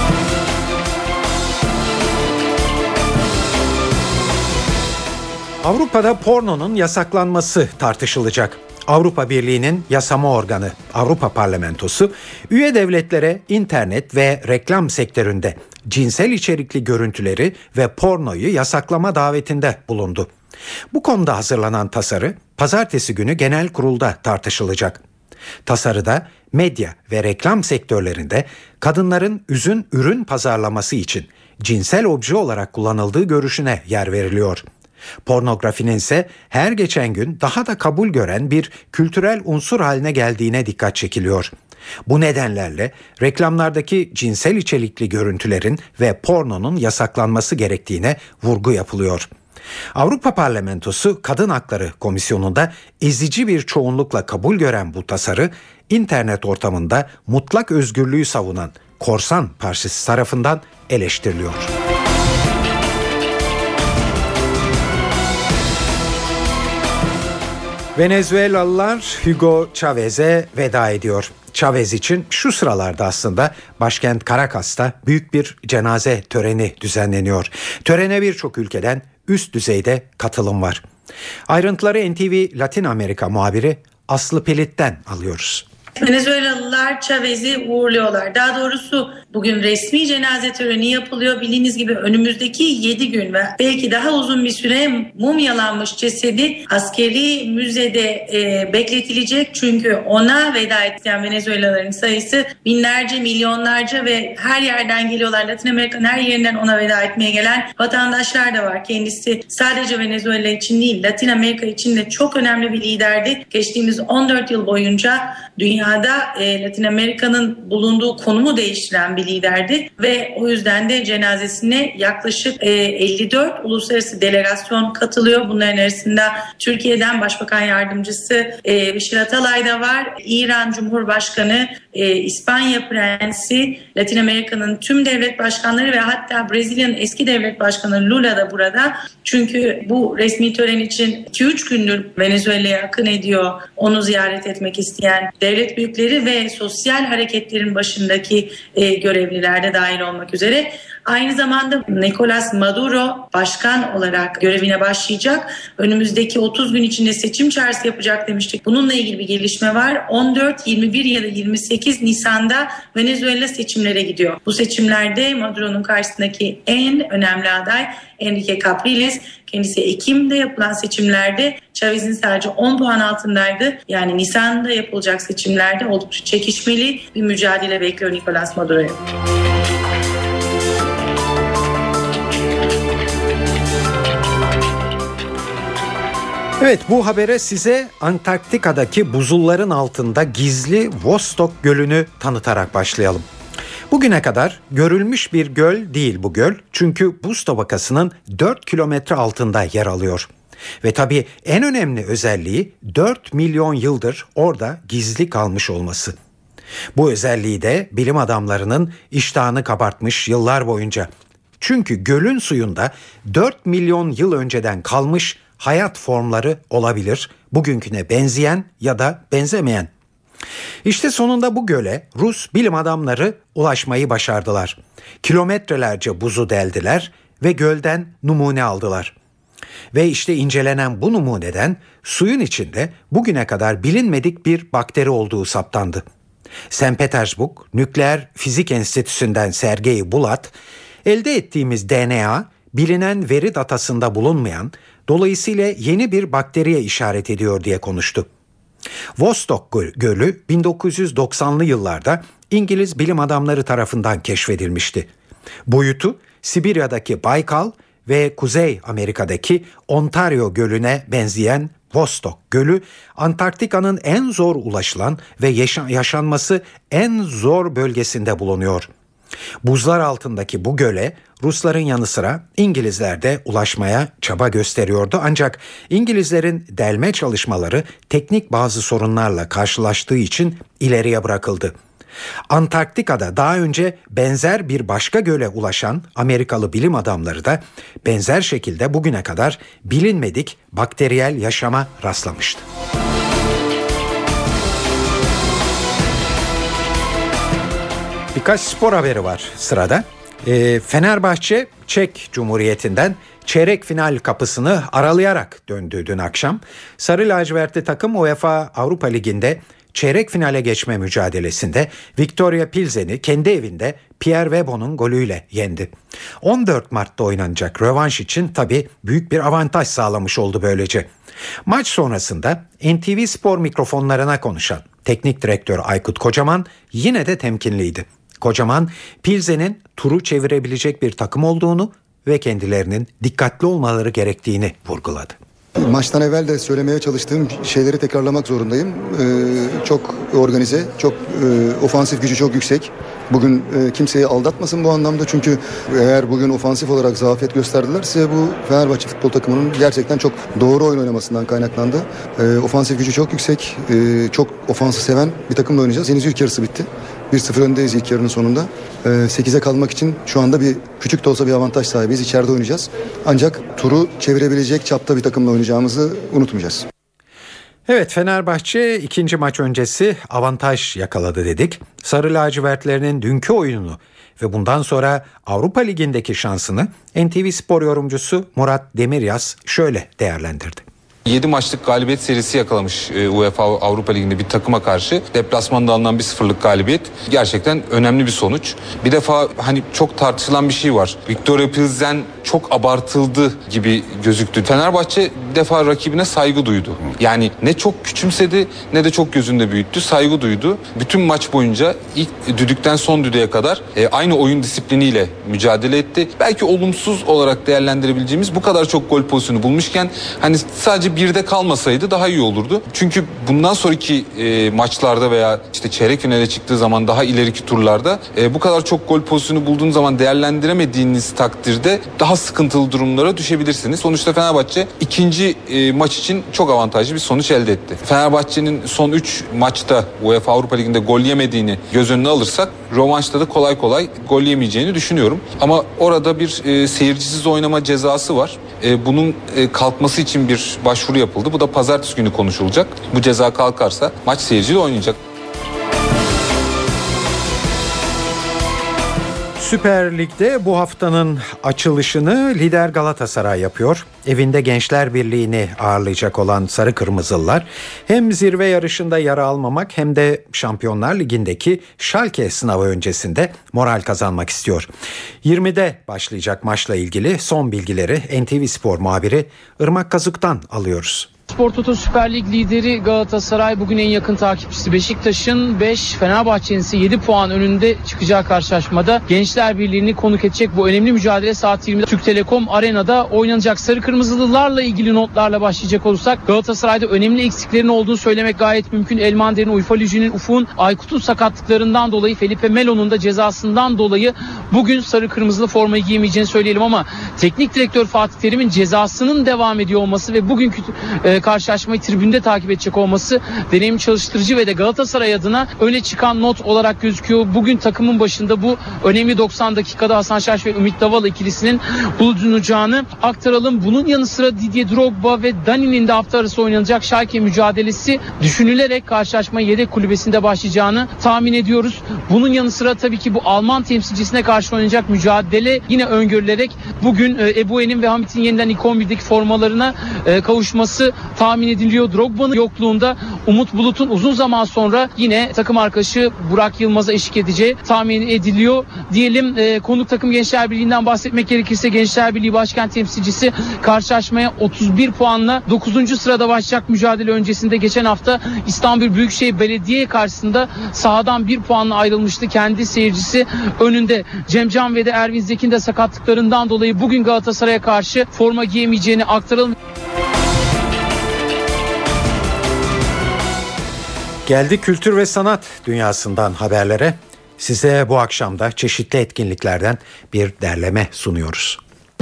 [SPEAKER 2] Avrupa'da pornonun yasaklanması tartışılacak. Avrupa Birliği'nin yasama organı Avrupa Parlamentosu, üye devletlere internet ve reklam sektöründe cinsel içerikli görüntüleri ve pornoyu yasaklama davetinde bulundu. Bu konuda hazırlanan tasarı pazartesi günü genel kurulda tartışılacak. Tasarıda medya ve reklam sektörlerinde kadınların ürün pazarlaması için cinsel obje olarak kullanıldığı görüşüne yer veriliyor. Pornografinin ise her geçen gün daha da kabul gören bir kültürel unsur haline geldiğine dikkat çekiliyor. Bu nedenlerle reklamlardaki cinsel içerikli görüntülerin ve pornonun yasaklanması gerektiğine vurgu yapılıyor. Avrupa Parlamentosu Kadın Hakları Komisyonu'nda ezici bir çoğunlukla kabul gören bu tasarı, internet ortamında mutlak özgürlüğü savunan korsan partisi tarafından eleştiriliyor. Venezuelalılar Hugo Chávez'e veda ediyor. Chávez için şu sıralarda aslında başkent Caracas'ta büyük bir cenaze töreni düzenleniyor. Törene birçok ülkeden üst düzeyde katılım var. Ayrıntıları NTV Latin Amerika muhabiri Aslı Pelit'ten alıyoruz.
[SPEAKER 17] Venezuelalılar Chávez'i uğurluyorlar. Daha doğrusu bugün resmi cenaze töreni yapılıyor. Bildiğiniz gibi önümüzdeki 7 gün ve belki daha uzun bir süre mumyalanmış cesedi askeri müzede bekletilecek. Çünkü ona veda eden Venezuelalıların sayısı binlerce, milyonlarca ve her yerden geliyorlar. Latin Amerika'nın her yerinden ona veda etmeye gelen vatandaşlar da var. Kendisi sadece Venezuela için değil, Latin Amerika için de çok önemli bir liderdi. Geçtiğimiz 14 yıl boyunca dünyada Latin Amerika'nın bulunduğu konumu değiştiren bir liderdi ve o yüzden de cenazesine yaklaşık 54 uluslararası delegasyon katılıyor. Bunların arasında Türkiye'den Başbakan Yardımcısı Beşir Atalay da var. İran Cumhurbaşkanı, İspanya Prensi, Latin Amerika'nın tüm devlet başkanları ve hatta Brezilya'nın eski devlet başkanı Lula da burada. Çünkü bu resmi tören için 2-3 gündür Venezuela'ya akın ediyor. Onu ziyaret etmek isteyen devlet büyükleri ve sosyal hareketlerin başındaki görevliler de dahil olmak üzere. Aynı zamanda Nicolás Maduro başkan olarak görevine başlayacak. Önümüzdeki 30 gün içinde seçim çağrısı yapacak demiştik. Bununla ilgili bir gelişme var. 14, 21 ya da 28 Nisan'da Venezuela seçimlere gidiyor. Bu seçimlerde Maduro'nun karşısındaki en önemli aday Enrique Capriles. Kendisi Ekim'de yapılan seçimlerde Chávez'in sadece 10 puan altındaydı. Yani Nisan'da yapılacak seçimlerde oldukça çekişmeli bir mücadele bekliyor Nicolás Maduro'ya.
[SPEAKER 2] Evet, bu habere size Antarktika'daki buzulların altında gizli Vostok Gölü'nü tanıtarak başlayalım. Bugüne kadar görülmüş bir göl değil bu göl. Çünkü buz tabakasının 4 kilometre altında yer alıyor. Ve tabii en önemli özelliği 4 milyon yıldır orada gizli kalmış olması. Bu özelliği de bilim adamlarının iştahını kabartmış yıllar boyunca. Çünkü gölün suyunda 4 milyon yıl önceden kalmış hayat formları olabilir, bugünküne benzeyen ya da benzemeyen. İşte sonunda bu göle Rus bilim adamları ulaşmayı başardılar. Kilometrelerce buzu deldiler ve gölden numune aldılar. Ve işte incelenen bu numuneden suyun içinde bugüne kadar bilinmedik bir bakteri olduğu saptandı. St. Petersburg Nükleer Fizik Enstitüsü'nden Sergey Bulat, elde ettiğimiz DNA bilinen veri datasında bulunmayan, dolayısıyla yeni bir bakteriye işaret ediyor diye konuştu. Vostok Gölü 1990'lı yıllarda İngiliz bilim adamları tarafından keşfedilmişti. Boyutu Sibirya'daki Baykal ve Kuzey Amerika'daki Ontario Gölü'ne benzeyen Vostok Gölü, Antarktika'nın en zor ulaşılan ve yaşanması en zor bölgesinde bulunuyor. Buzlar altındaki bu göle Rusların yanı sıra İngilizler de ulaşmaya çaba gösteriyordu. Ancak İngilizlerin delme çalışmaları teknik bazı sorunlarla karşılaştığı için ileriye bırakıldı. Antarktika'da daha önce benzer bir başka göle ulaşan Amerikalı bilim adamları da benzer şekilde bugüne kadar bilinmedik bakteriyel yaşama rastlamıştı. Birkaç spor haberi var sırada. Fenerbahçe Çek Cumhuriyeti'nden çeyrek final kapısını aralayarak döndü dün akşam. Sarı lacivertli takım UEFA Avrupa Ligi'nde çeyrek finale geçme mücadelesinde Viktoria Pilsen'i kendi evinde Pierre Webon'un golüyle yendi. 14 Mart'ta oynanacak rövanş için tabii büyük bir avantaj sağlamış oldu böylece. Maç sonrasında NTV Spor mikrofonlarına konuşan teknik direktör Aykut Kocaman yine de temkinliydi. Kocaman, Pilsen'in turu çevirebilecek bir takım olduğunu ve kendilerinin dikkatli olmaları gerektiğini vurguladı.
[SPEAKER 18] Maçtan evvel de söylemeye çalıştığım şeyleri tekrarlamak zorundayım. Çok organize, çok ofansif gücü çok yüksek. Bugün kimseyi aldatmasın bu anlamda, çünkü eğer bugün ofansif olarak zafiyet gösterdilerse bu Fenerbahçe futbol takımının gerçekten çok doğru oyun oynamasından kaynaklandı. Ofansif gücü çok yüksek, çok ofansı seven bir takımla oynayacağız. Henüz ilk yarısı bitti. 1-0 öndeyiz ilk yarının sonunda. 8'e kalmak için şu anda bir küçük de olsa bir avantaj sahibiyiz. İçeride oynayacağız. Ancak turu çevirebilecek çapta bir takımla oynayacağımızı unutmayacağız.
[SPEAKER 2] Evet, Fenerbahçe ikinci maç öncesi avantaj yakaladı dedik. Sarı lacivertlerinin dünkü oyununu ve bundan sonra Avrupa Ligi'ndeki şansını NTV Spor yorumcusu Murat Demiryaz şöyle değerlendirdi.
[SPEAKER 19] 7 maçlık galibiyet serisi yakalamış UEFA Avrupa Ligi'nde bir takıma karşı. Deplasmanda alınan 1-0'lık galibiyet gerçekten önemli bir sonuç. Bir defa hani çok tartışılan bir şey var. Viktoria Pilsen çok abartıldı gibi gözüktü. Fenerbahçe bir defa rakibine saygı duydu. Yani ne çok küçümsedi ne de çok gözünde büyüttü. Saygı duydu. Bütün maç boyunca ilk düdükten son düdüğe kadar aynı oyun disipliniyle mücadele etti. Belki olumsuz olarak değerlendirebileceğimiz bu kadar çok gol pozisyonu bulmuşken hani sadece birde kalmasaydı daha iyi olurdu. Çünkü bundan sonraki maçlarda veya işte çeyrek finale çıktığı zaman daha ileriki turlarda bu kadar çok gol pozisyonu bulduğunuz zaman değerlendiremediğiniz takdirde daha sıkıntılı durumlara düşebilirsiniz. Sonuçta Fenerbahçe ikinci maç için çok avantajlı bir sonuç elde etti. Fenerbahçe'nin son 3 maçta UEFA Avrupa Ligi'nde gol yemediğini göz önüne alırsak rövanşta da kolay kolay gol yemeyeceğini düşünüyorum. Ama orada bir seyircisiz oynama cezası var. Bunun kalkması için bir başvuru yapıldı. Bu da pazartesi günü konuşulacak. Bu ceza kalkarsa maç seyirciyle oynayacak.
[SPEAKER 2] Süper Lig'de bu haftanın açılışını lider Galatasaray yapıyor. Evinde Gençler Birliği'ni ağırlayacak olan Sarı Kırmızılılar hem zirve yarışında yer almamak hem de Şampiyonlar Ligi'ndeki Schalke sınavı öncesinde moral kazanmak istiyor. 20'de başlayacak maçla ilgili son bilgileri NTV Spor muhabiri Irmak Kazık'tan alıyoruz.
[SPEAKER 20] Spor Toto Süper Lig lideri Galatasaray bugün en yakın takipçisi Beşiktaş'ın 5, Fenerbahçe'nin ise 7 puan önünde çıkacağı karşılaşmada Gençler Birliği'ni konuk edecek. Bu önemli mücadele saat 20'de Türk Telekom Arena'da oynanacak. Sarı Kırmızılılarla ilgili notlarla başlayacak olursak Galatasaray'da önemli eksiklerin olduğunu söylemek gayet mümkün. Elmander'in, Uyfalücü'nün, Ufuk'un, Aykut'un sakatlıklarından dolayı, Felipe Melo'nun da cezasından dolayı bugün sarı kırmızılı formayı giyemeyeceğini söyleyelim ama teknik direktör Fatih Terim'in cezasının devam ediyor olması ve bugünkü karşılaşmayı tribünde takip edecek olması deneyim çalıştırıcı ve de Galatasaray adına öne çıkan not olarak gözüküyor. Bugün takımın başında bu önemli 90 dakikada Hasan Şaş ve Ümit Davala ikilisinin bulunacağını aktaralım. Bunun yanı sıra Didier Drogba ve Dani'nin de hafta arası oynanacak Schalke mücadelesi düşünülerek karşılaşma yedek kulübesinde başlayacağını tahmin ediyoruz. Bunun yanı sıra tabii ki bu Alman temsilcisine karşı oynanacak mücadele yine öngörülerek bugün Ebue'nin ve Hamit'in yeniden ilk 11'deki formalarına kavuşması tahmin ediliyor. Drogba'nın yokluğunda Umut Bulut'un uzun zaman sonra yine takım arkadaşı Burak Yılmaz'a eşlik edeceği tahmin ediliyor. Diyelim konuk takım Gençler Birliği'nden bahsetmek gerekirse Gençler Birliği Başkent temsilcisi karşılaşmaya 31 puanla 9. sırada başlayacak. Mücadele öncesinde geçen hafta İstanbul Büyükşehir Belediye karşısında sahadan 1 puanla ayrılmıştı. Kendi seyircisi önünde. Cemcan ve de Ervin Zekin de sakatlıklarından dolayı bugün Galatasaray'a karşı forma giyemeyeceğini aktaralım.
[SPEAKER 2] Geldik kültür ve sanat dünyasından haberlere. Size bu akşam da çeşitli etkinliklerden bir derleme sunuyoruz.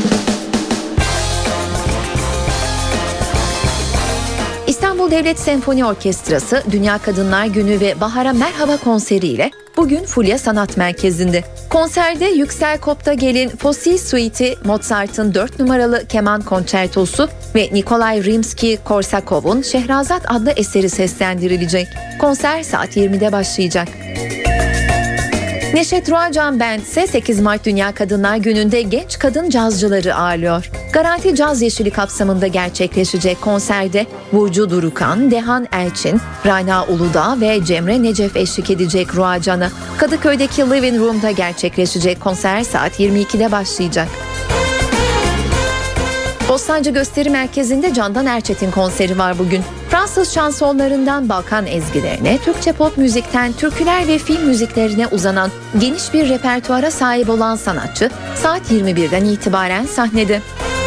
[SPEAKER 21] İstanbul Devlet Senfoni Orkestrası Dünya Kadınlar Günü ve Bahar'a Merhaba konseriyle bugün Fulya Sanat Merkezi'nde. Konserde Yüksel Koptagel'in Fosil Suite'i, Mozart'ın 4 numaralı keman konçertosu ve Nikolay Rimski-Korsakov'un Şehrazat adlı eseri seslendirilecek. Konser saat 20'de başlayacak. Neşet Ruacan Band ise 8 Mart Dünya Kadınlar Günü'nde genç kadın cazcıları ağırlıyor. Garanti Caz Yeşili kapsamında gerçekleşecek konserde Burcu Durukan, Dehan Elçin, Rana Uludağ ve Cemre Necef eşlik edecek Ruacan'a. Kadıköy'deki Living Room'da gerçekleşecek konser saat 22'de başlayacak. Bostancı Gösteri Merkezi'nde Candan Erçetin konseri var bugün. Fransız şansonlarından Balkan ezgilerine, Türkçe pop müzikten türküler ve film müziklerine uzanan geniş bir repertuara sahip olan sanatçı saat 21'den itibaren sahnede.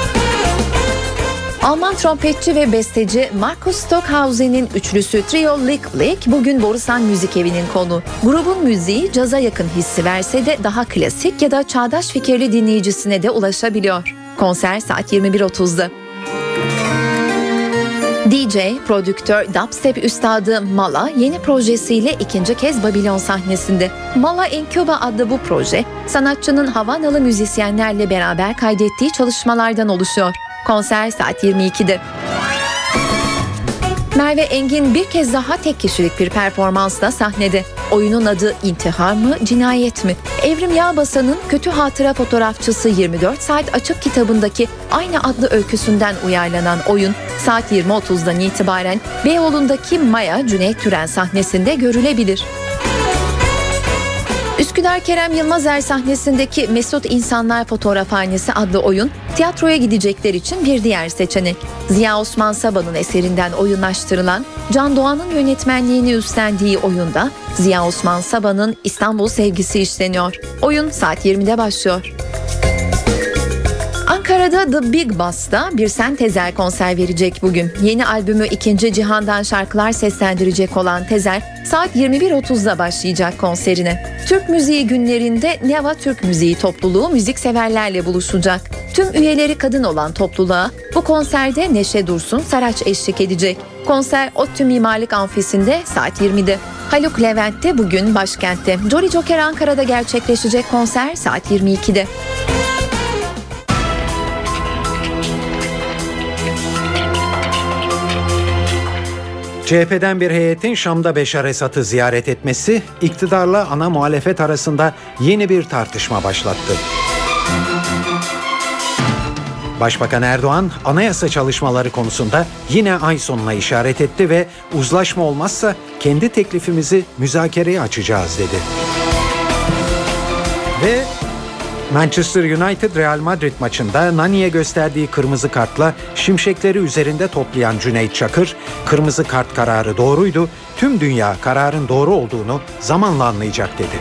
[SPEAKER 21] Alman trompetçi ve besteci Markus Stockhausen'in üçlüsü Trio Lick bugün Borusan Müzik Evi'nin konuğu. Grubun müziği caza yakın hissi verse de daha klasik ya da çağdaş fikirli dinleyicisine de ulaşabiliyor. Konser saat 21.30'da. DJ, prodüktör, dubstep üstadı Mala yeni projesiyle ikinci kez Babilon sahnesinde. Mala in Cuba adlı bu proje, sanatçının Havanalı müzisyenlerle beraber kaydettiği çalışmalardan oluşuyor. Konser saat 22'de. Merve Engin bir kez daha tek kişilik bir performansla sahnede. Oyunun adı İntihar mı, Cinayet mi? Evrim Yağbasan'ın Kötü Hatıra Fotoğrafçısı 24 Saat Açık kitabındaki aynı adlı öyküsünden uyarlanan oyun saat 20.30'dan itibaren Beyoğlu'ndaki Maya Cüneyt Türen sahnesinde görülebilir. Üsküdar Kerem Yılmazer sahnesindeki Mesut İnsanlar Fotoğrafhanesi adlı oyun tiyatroya gidecekler için bir diğer seçenek. Ziya Osman Sabah'ın eserinden oyunlaştırılan, Can Doğan'ın yönetmenliğini üstlendiği oyunda Ziya Osman Sabah'ın İstanbul Sevgisi işleniyor. Oyun saat 20'de başlıyor. Ankara'da The Big Boss'ta bir Tezer konser verecek bugün. Yeni albümü 2. Cihan'dan şarkılar seslendirecek olan Tezer saat 21.30'da başlayacak konserine. Türk Müziği Günlerinde Neva Türk Müziği topluluğu müzikseverlerle buluşacak. Tüm üyeleri kadın olan topluluğa bu konserde Neşe Dursun Saraç eşlik edecek. Konser ODTÜ Mimarlık Amfisi'nde saat 20'de. Haluk Levent de bugün başkentte. Jolly Joker Ankara'da gerçekleşecek konser saat 22'de.
[SPEAKER 2] CHP'den bir heyetin Şam'da Beşar Esad'ı ziyaret etmesi iktidarla ana muhalefet arasında yeni bir tartışma başlattı. Başbakan Erdoğan anayasa çalışmaları konusunda yine ay sonuna işaret etti ve uzlaşma olmazsa kendi teklifimizi müzakereye açacağız dedi. Ve Manchester United Real Madrid maçında Nani'ye gösterdiği kırmızı kartla şimşekleri üzerinde toplayan Cüneyt Çakır, kırmızı kart kararı doğruydu, tüm dünya kararın doğru olduğunu zamanla anlayacak dedi.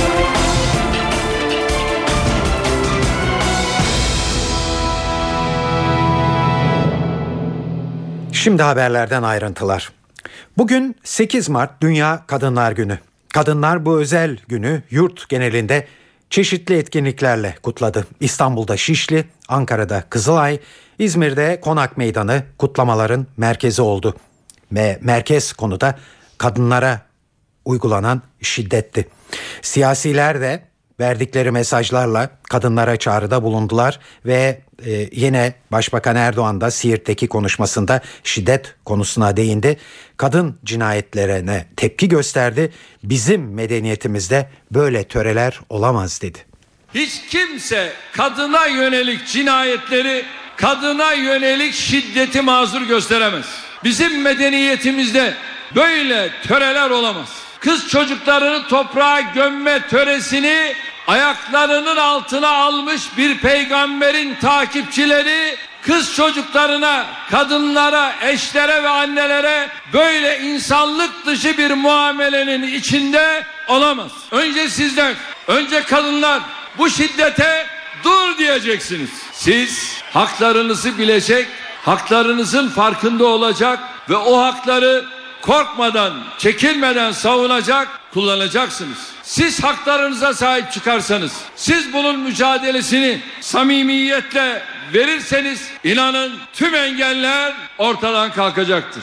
[SPEAKER 2] Şimdi haberlerden ayrıntılar. Bugün 8 Mart Dünya Kadınlar Günü. Kadınlar bu özel günü yurt genelinde çeşitli etkinliklerle kutladı. İstanbul'da Şişli, Ankara'da Kızılay, İzmir'de Konak Meydanı kutlamaların merkezi oldu. Ve merkez konuda kadınlara uygulanan şiddetti. Siyasiler de verdikleri mesajlarla kadınlara çağrıda bulundular ve yine Başbakan Erdoğan da Siirt'teki konuşmasında şiddet konusuna değindi. Kadın cinayetlerine tepki gösterdi. Bizim medeniyetimizde böyle töreler olamaz dedi.
[SPEAKER 7] Hiç kimse kadına yönelik cinayetleri kadına yönelik şiddeti mazur gösteremez. Bizim medeniyetimizde böyle töreler olamaz. Kız çocuklarını toprağa gömme töresini ayaklarının altına almış bir peygamberin takipçileri kız çocuklarına, kadınlara, eşlere ve annelere böyle insanlık dışı bir muamelenin içinde olamaz. Önce sizler, önce kadınlar bu şiddete dur diyeceksiniz. Siz haklarınızı bilecek, haklarınızın farkında olacak ve o hakları korkmadan, çekinmeden savunacak, kullanacaksınız. Siz haklarınıza sahip çıkarsanız, siz bunun mücadelesini samimiyetle verirseniz inanın tüm engeller ortadan kalkacaktır.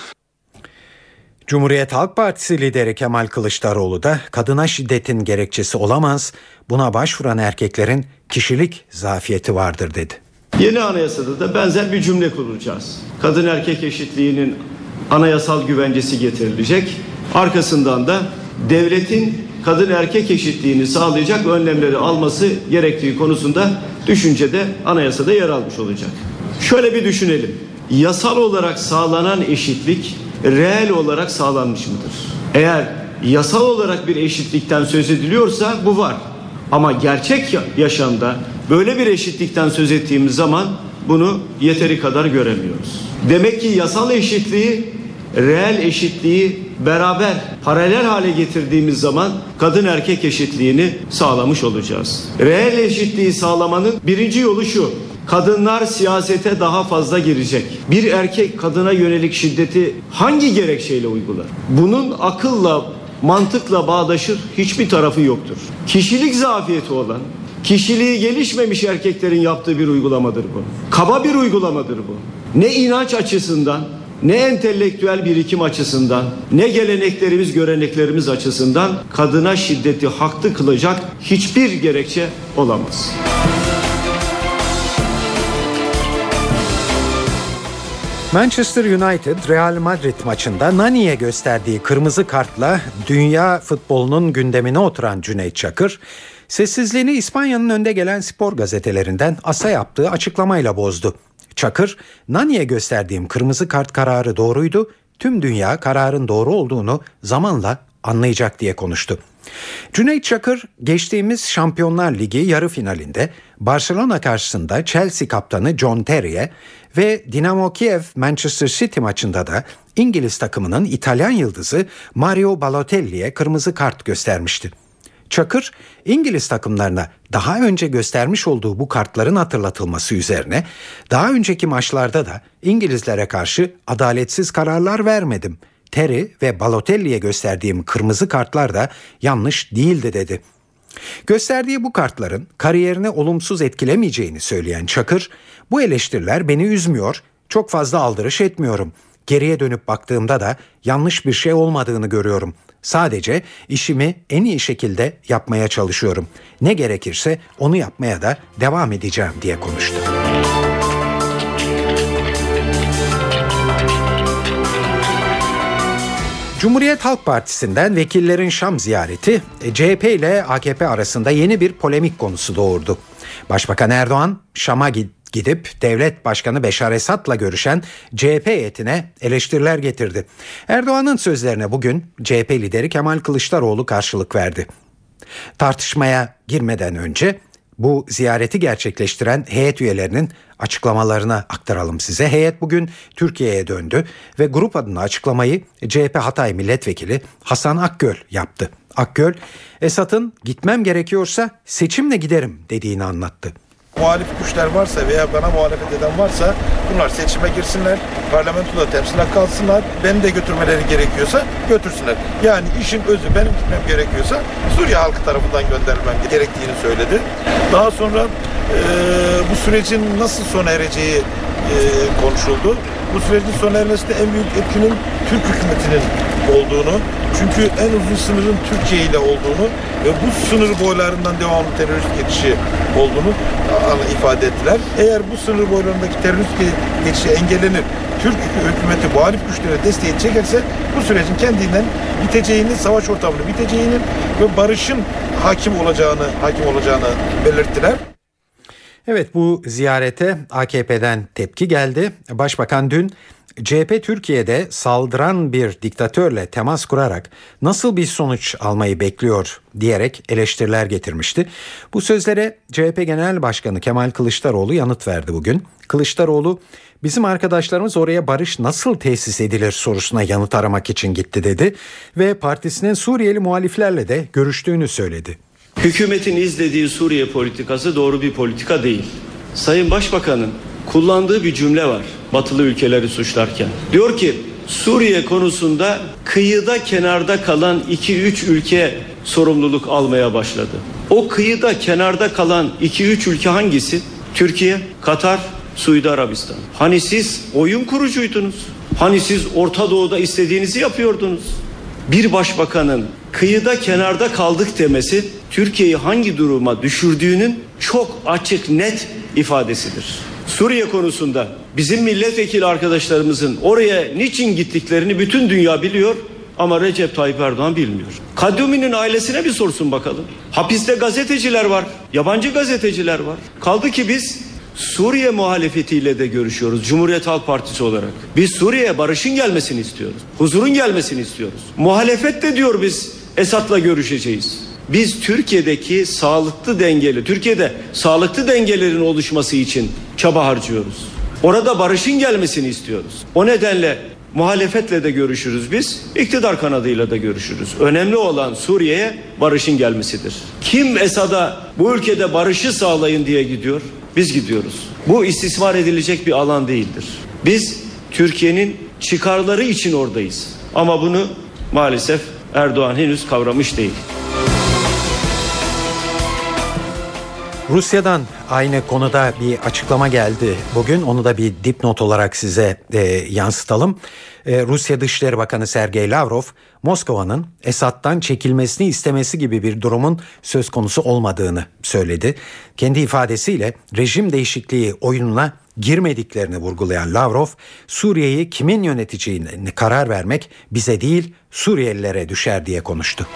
[SPEAKER 2] Cumhuriyet Halk Partisi lideri Kemal Kılıçdaroğlu da kadına şiddetin gerekçesi olamaz, buna başvuran erkeklerin kişilik zafiyeti vardır dedi.
[SPEAKER 4] Yeni anayasada da benzer bir cümle kuracağız. Kadın erkek eşitliğinin anayasal güvencesi getirilecek. Arkasından da devletin kadın erkek eşitliğini sağlayacak önlemleri alması gerektiği konusunda düşüncede anayasada yer almış olacak. Şöyle bir düşünelim. Yasal olarak sağlanan eşitlik reel olarak sağlanmış mıdır? Eğer yasal olarak bir eşitlikten söz ediliyorsa bu var. Ama gerçek yaşamda böyle bir eşitlikten söz ettiğimiz zaman bunu yeteri kadar göremiyoruz. Demek ki yasal eşitliği, reel eşitliği beraber paralel hale getirdiğimiz zaman kadın erkek eşitliğini sağlamış olacağız. Reel eşitliği sağlamanın birinci yolu şu: kadınlar siyasete daha fazla girecek. Bir erkek kadına yönelik şiddeti hangi gerekçeyle uygular? Bunun akılla, mantıkla bağdaşır hiçbir tarafı yoktur. Kişilik zafiyeti olan, kişiliği gelişmemiş erkeklerin yaptığı bir uygulamadır bu. Kaba bir uygulamadır bu. Ne inanç açısından, ne entelektüel birikim açısından, ne geleneklerimiz, göreneklerimiz açısından kadına şiddeti haklı kılacak hiçbir gerekçe olamaz.
[SPEAKER 2] Manchester United Real Madrid maçında Nani'ye gösterdiği kırmızı kartla dünya futbolunun gündemine oturan Cüneyt Çakır, sessizliğini İspanya'nın önde gelen spor gazetelerinden AS'a yaptığı açıklamayla bozdu. Çakır, Nani'ye gösterdiğim kırmızı kart kararı doğruydu, tüm dünya kararın doğru olduğunu zamanla anlayacak diye konuştu. Cüneyt Çakır, geçtiğimiz Şampiyonlar Ligi yarı finalinde Barcelona karşısında Chelsea kaptanı John Terry'e ve Dinamo Kiev Manchester City maçında da İngiliz takımının İtalyan yıldızı Mario Balotelli'ye kırmızı kart göstermişti. Çakır, İngiliz takımlarına daha önce göstermiş olduğu bu kartların hatırlatılması üzerine daha önceki maçlarda da İngilizlere karşı adaletsiz kararlar vermedim. Terry ve Balotelli'ye gösterdiğim kırmızı kartlar da yanlış değildi dedi. Gösterdiği bu kartların kariyerini olumsuz etkilemeyeceğini söyleyen Çakır, bu eleştiriler beni üzmüyor, çok fazla aldırış etmiyorum. Geriye dönüp baktığımda da yanlış bir şey olmadığını görüyorum. Sadece işimi en iyi şekilde yapmaya çalışıyorum. Ne gerekirse onu yapmaya da devam edeceğim diye konuştu. Cumhuriyet Halk Partisi'nden vekillerin Şam ziyareti CHP ile AKP arasında yeni bir polemik konusu doğurdu. Başbakan Erdoğan Şam'a gidip devlet başkanı Beşar Esad'la görüşen CHP heyetine eleştiriler getirdi. Erdoğan'ın sözlerine bugün CHP lideri Kemal Kılıçdaroğlu karşılık verdi. Tartışmaya girmeden önce bu ziyareti gerçekleştiren heyet üyelerinin açıklamalarını aktaralım size. Heyet bugün Türkiye'ye döndü ve grup adına açıklamayı CHP Hatay Milletvekili Hasan Akgöl yaptı. Akgöl, Esad'ın gitmem gerekiyorsa seçimle giderim dediğini anlattı.
[SPEAKER 3] Muhalif güçler varsa veya bana muhalefet eden varsa bunlar seçime girsinler, parlamentoda temsil hakkı alsınlar, beni de götürmeleri gerekiyorsa götürsünler. Yani işin özü benim gitmem gerekiyorsa Suriye halkı tarafından gönderilmem gerektiğini söyledi. Daha sonra bu sürecin nasıl sona ereceği konuşuldu. Bu sürecin sona ermesinde en büyük etkinin Türk hükümetinin olduğunu, çünkü en uzun sınırın Türkiye ile olduğunu ve bu sınır boylarından devamlı terörist geçişi olduğunu ifade ettiler. Eğer bu sınır boylarındaki terörist geçişi engellenir, Türk hükümeti muhalif güçlere desteği çekerse bu sürecin kendinden biteceğini, savaş ortamının biteceğini ve barışın hakim olacağını belirttiler.
[SPEAKER 2] Evet, bu ziyarete AKP'den tepki geldi. Başbakan dün CHP Türkiye'de saldıran bir diktatörle temas kurarak nasıl bir sonuç almayı bekliyor diyerek eleştiriler getirmişti. Bu sözlere CHP Genel Başkanı Kemal Kılıçdaroğlu yanıt verdi bugün. Kılıçdaroğlu, bizim arkadaşlarımız oraya barış nasıl tesis edilir sorusuna yanıt aramak için gitti dedi ve partisinin Suriyeli muhaliflerle de görüştüğünü söyledi.
[SPEAKER 4] Hükümetin izlediği Suriye politikası doğru bir politika değil. Sayın Başbakan'ın kullandığı bir cümle var batılı ülkeleri suçlarken. Diyor ki Suriye konusunda kıyıda kenarda kalan 2-3 ülke sorumluluk almaya başladı. O kıyıda kenarda kalan 2-3 ülke hangisi? Türkiye, Katar, Suudi Arabistan. Hani siz oyun kurucuydunuz? Hani siz Orta Doğu'da istediğinizi yapıyordunuz? Bir başbakanın kıyıda kenarda kaldık demesi Türkiye'yi hangi duruma düşürdüğünün çok açık net ifadesidir. Suriye konusunda bizim milletvekili arkadaşlarımızın oraya niçin gittiklerini bütün dünya biliyor ama Recep Tayyip Erdoğan bilmiyor. Kaddomi'nin ailesine bir sorsun bakalım. Hapiste gazeteciler var, yabancı gazeteciler var. Kaldı ki biz Suriye muhalefetiyle de görüşüyoruz Cumhuriyet Halk Partisi olarak. Biz Suriye'ye barışın gelmesini istiyoruz. Huzurun gelmesini istiyoruz. Muhalefet de diyor biz Esad'la görüşeceğiz. Biz Türkiye'de sağlıklı dengelerin oluşması için çaba harcıyoruz. Orada barışın gelmesini istiyoruz. O nedenle muhalefetle de görüşürüz biz, iktidar kanadıyla da görüşürüz. Önemli olan Suriye'ye barışın gelmesidir. Kim Esad'a bu ülkede barışı sağlayın diye gidiyor? Biz gidiyoruz. Bu istismar edilecek bir alan değildir. Biz Türkiye'nin çıkarları için oradayız. Ama bunu maalesef Erdoğan henüz kavramış değil.
[SPEAKER 2] Rusya'dan aynı konuda bir açıklama geldi bugün. Onu da bir dipnot olarak size yansıtalım. Rusya Dışişleri Bakanı Sergey Lavrov, Moskova'nın Esad'dan çekilmesini istemesi gibi bir durumun söz konusu olmadığını söyledi. Kendi ifadesiyle rejim değişikliği oyununa girmediklerini vurgulayan Lavrov, Suriye'yi kimin yöneteceğine karar vermek bize değil Suriyelilere düşer diye konuştu.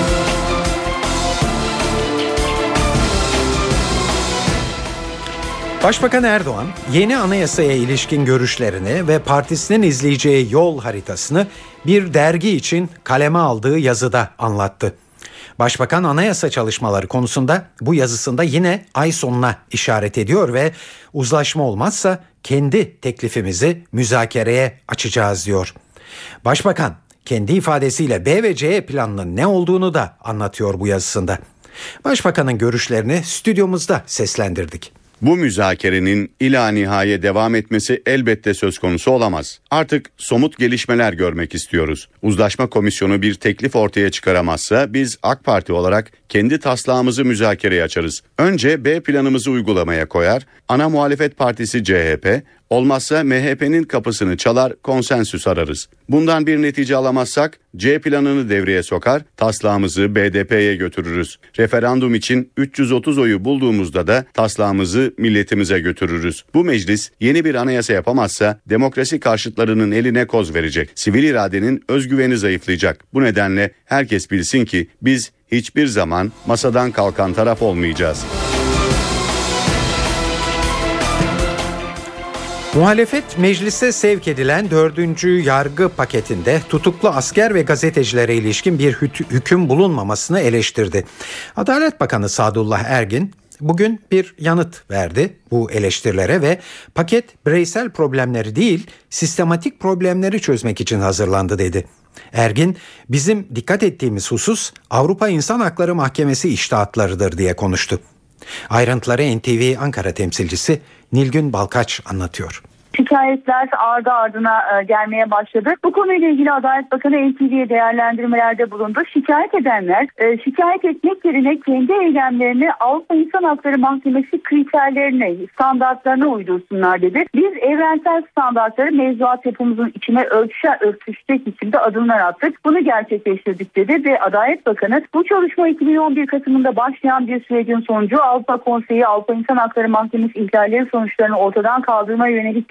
[SPEAKER 2] Başbakan Erdoğan yeni anayasaya ilişkin görüşlerini ve partisinin izleyeceği yol haritasını bir dergi için kaleme aldığı yazıda anlattı. Başbakan anayasa çalışmaları konusunda bu yazısında yine ay sonuna işaret ediyor ve uzlaşma olmazsa kendi teklifimizi müzakereye açacağız diyor. Başbakan kendi ifadesiyle B ve C planının ne olduğunu da anlatıyor bu yazısında. Başbakanın görüşlerini stüdyomuzda seslendirdik.
[SPEAKER 5] Bu müzakerenin ilanihaye devam etmesi elbette söz konusu olamaz. Artık somut gelişmeler görmek istiyoruz. Uzlaşma komisyonu bir teklif ortaya çıkaramazsa biz AK Parti olarak kendi taslağımızı müzakereye açarız. Önce B planımızı uygulamaya koyar, ana muhalefet partisi CHP, olmazsa MHP'nin kapısını çalar, konsensüs ararız. Bundan bir netice alamazsak C planını devreye sokar, taslağımızı BDP'ye götürürüz. Referandum için 330 oyu bulduğumuzda da taslağımızı milletimize götürürüz. Bu meclis yeni bir anayasa yapamazsa demokrasi karşıtlarının eline koz verecek. Sivil iradenin özgüveni zayıflayacak. Bu nedenle herkes bilsin ki biz hiçbir zaman masadan kalkan taraf olmayacağız.
[SPEAKER 2] Muhalefet meclise sevk edilen 4. yargı paketinde tutuklu asker ve gazetecilere ilişkin bir hüküm bulunmamasını eleştirdi. Adalet Bakanı Sadullah Ergin bugün bir yanıt verdi bu eleştirilere ve paket bireysel problemleri değil sistematik problemleri çözmek için hazırlandı dedi. Ergin, bizim dikkat ettiğimiz husus Avrupa İnsan Hakları Mahkemesi içtihatlarıdır diye konuştu. Ayrıntıları NTV Ankara temsilcisi Nilgün Balkaç anlatıyor.
[SPEAKER 1] Şikayetler ardı ardına gelmeye başladı. Bu konuyla ilgili Adalet Bakanı NTV'ye değerlendirmelerde bulundu. Şikayet edenler şikayet etmek yerine kendi eylemlerini Avrupa İnsan Hakları Mahkemesi kriterlerine, standartlarına uydursunlar dedi. Biz evrensel standartları mevzuat yapımızın içine örtüşecek biçimde adımlar attık. Bunu gerçekleştirdik dedi ve Adalet Bakanı bu çalışma 2011 Kasım'ında başlayan bir sürecin sonucu Avrupa Konseyi Avrupa İnsan Hakları Mahkemesi ihlalleri sonuçlarını ortadan kaldırmaya yönelik bir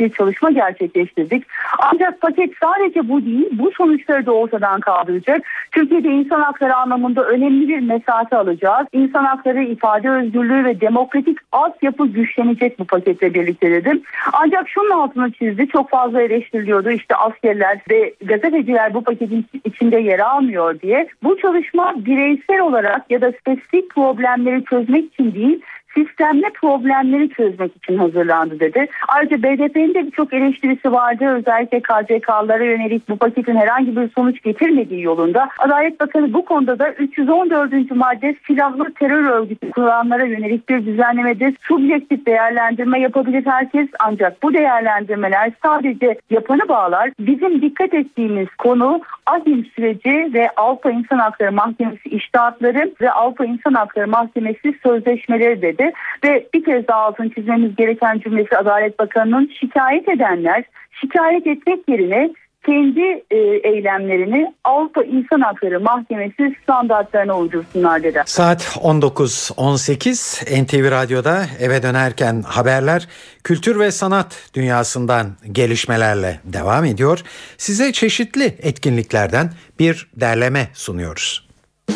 [SPEAKER 1] bir çalışma gerçekleştirdik. Ancak paket sadece bu değil, bu sonuçları da ortadan kaldıracak. Türkiye'de insan hakları anlamında önemli bir mesafe alacağız. İnsan hakları, ifade özgürlüğü ve demokratik altyapı güçlenecek bu paketle birlikte dedim. Ancak şunun altını çizdi, çok fazla eleştiriliyordu. İşte askerler ve gazeteciler bu paketin içinde yer almıyor diye. Bu çalışma bireysel olarak ya da spesifik problemleri çözmek için değil, sistemli problemleri çözmek için hazırlandı dedi. Ayrıca BDP'nin de birçok eleştirisi vardı. Özellikle KCK'lara yönelik bu paketin herhangi bir sonuç getirmediği yolunda. Adalet Bakanı bu konuda da 314. madde silahlı terör örgütü kuranlara yönelik bir düzenlemede subjektif değerlendirme yapabilir herkes. Ancak bu değerlendirmeler sadece yapanı bağlar. Bizim dikkat ettiğimiz konu ahim süreci ve Avrupa İnsan Hakları Mahkemesi içtihatları ve Avrupa İnsan Hakları Mahkemesi sözleşmeleri dedi. Ve bir kez daha altını çizmemiz gereken cümlesi Adalet Bakanı'nın şikayet edenler şikayet etmek yerine kendi eylemlerini Avrupa İnsan Hakları Mahkemesi standartlarına uydursunlar dedi.
[SPEAKER 2] Saat 19.18 NTV Radyo'da eve dönerken haberler kültür ve sanat dünyasından gelişmelerle devam ediyor. Size çeşitli etkinliklerden bir derleme sunuyoruz.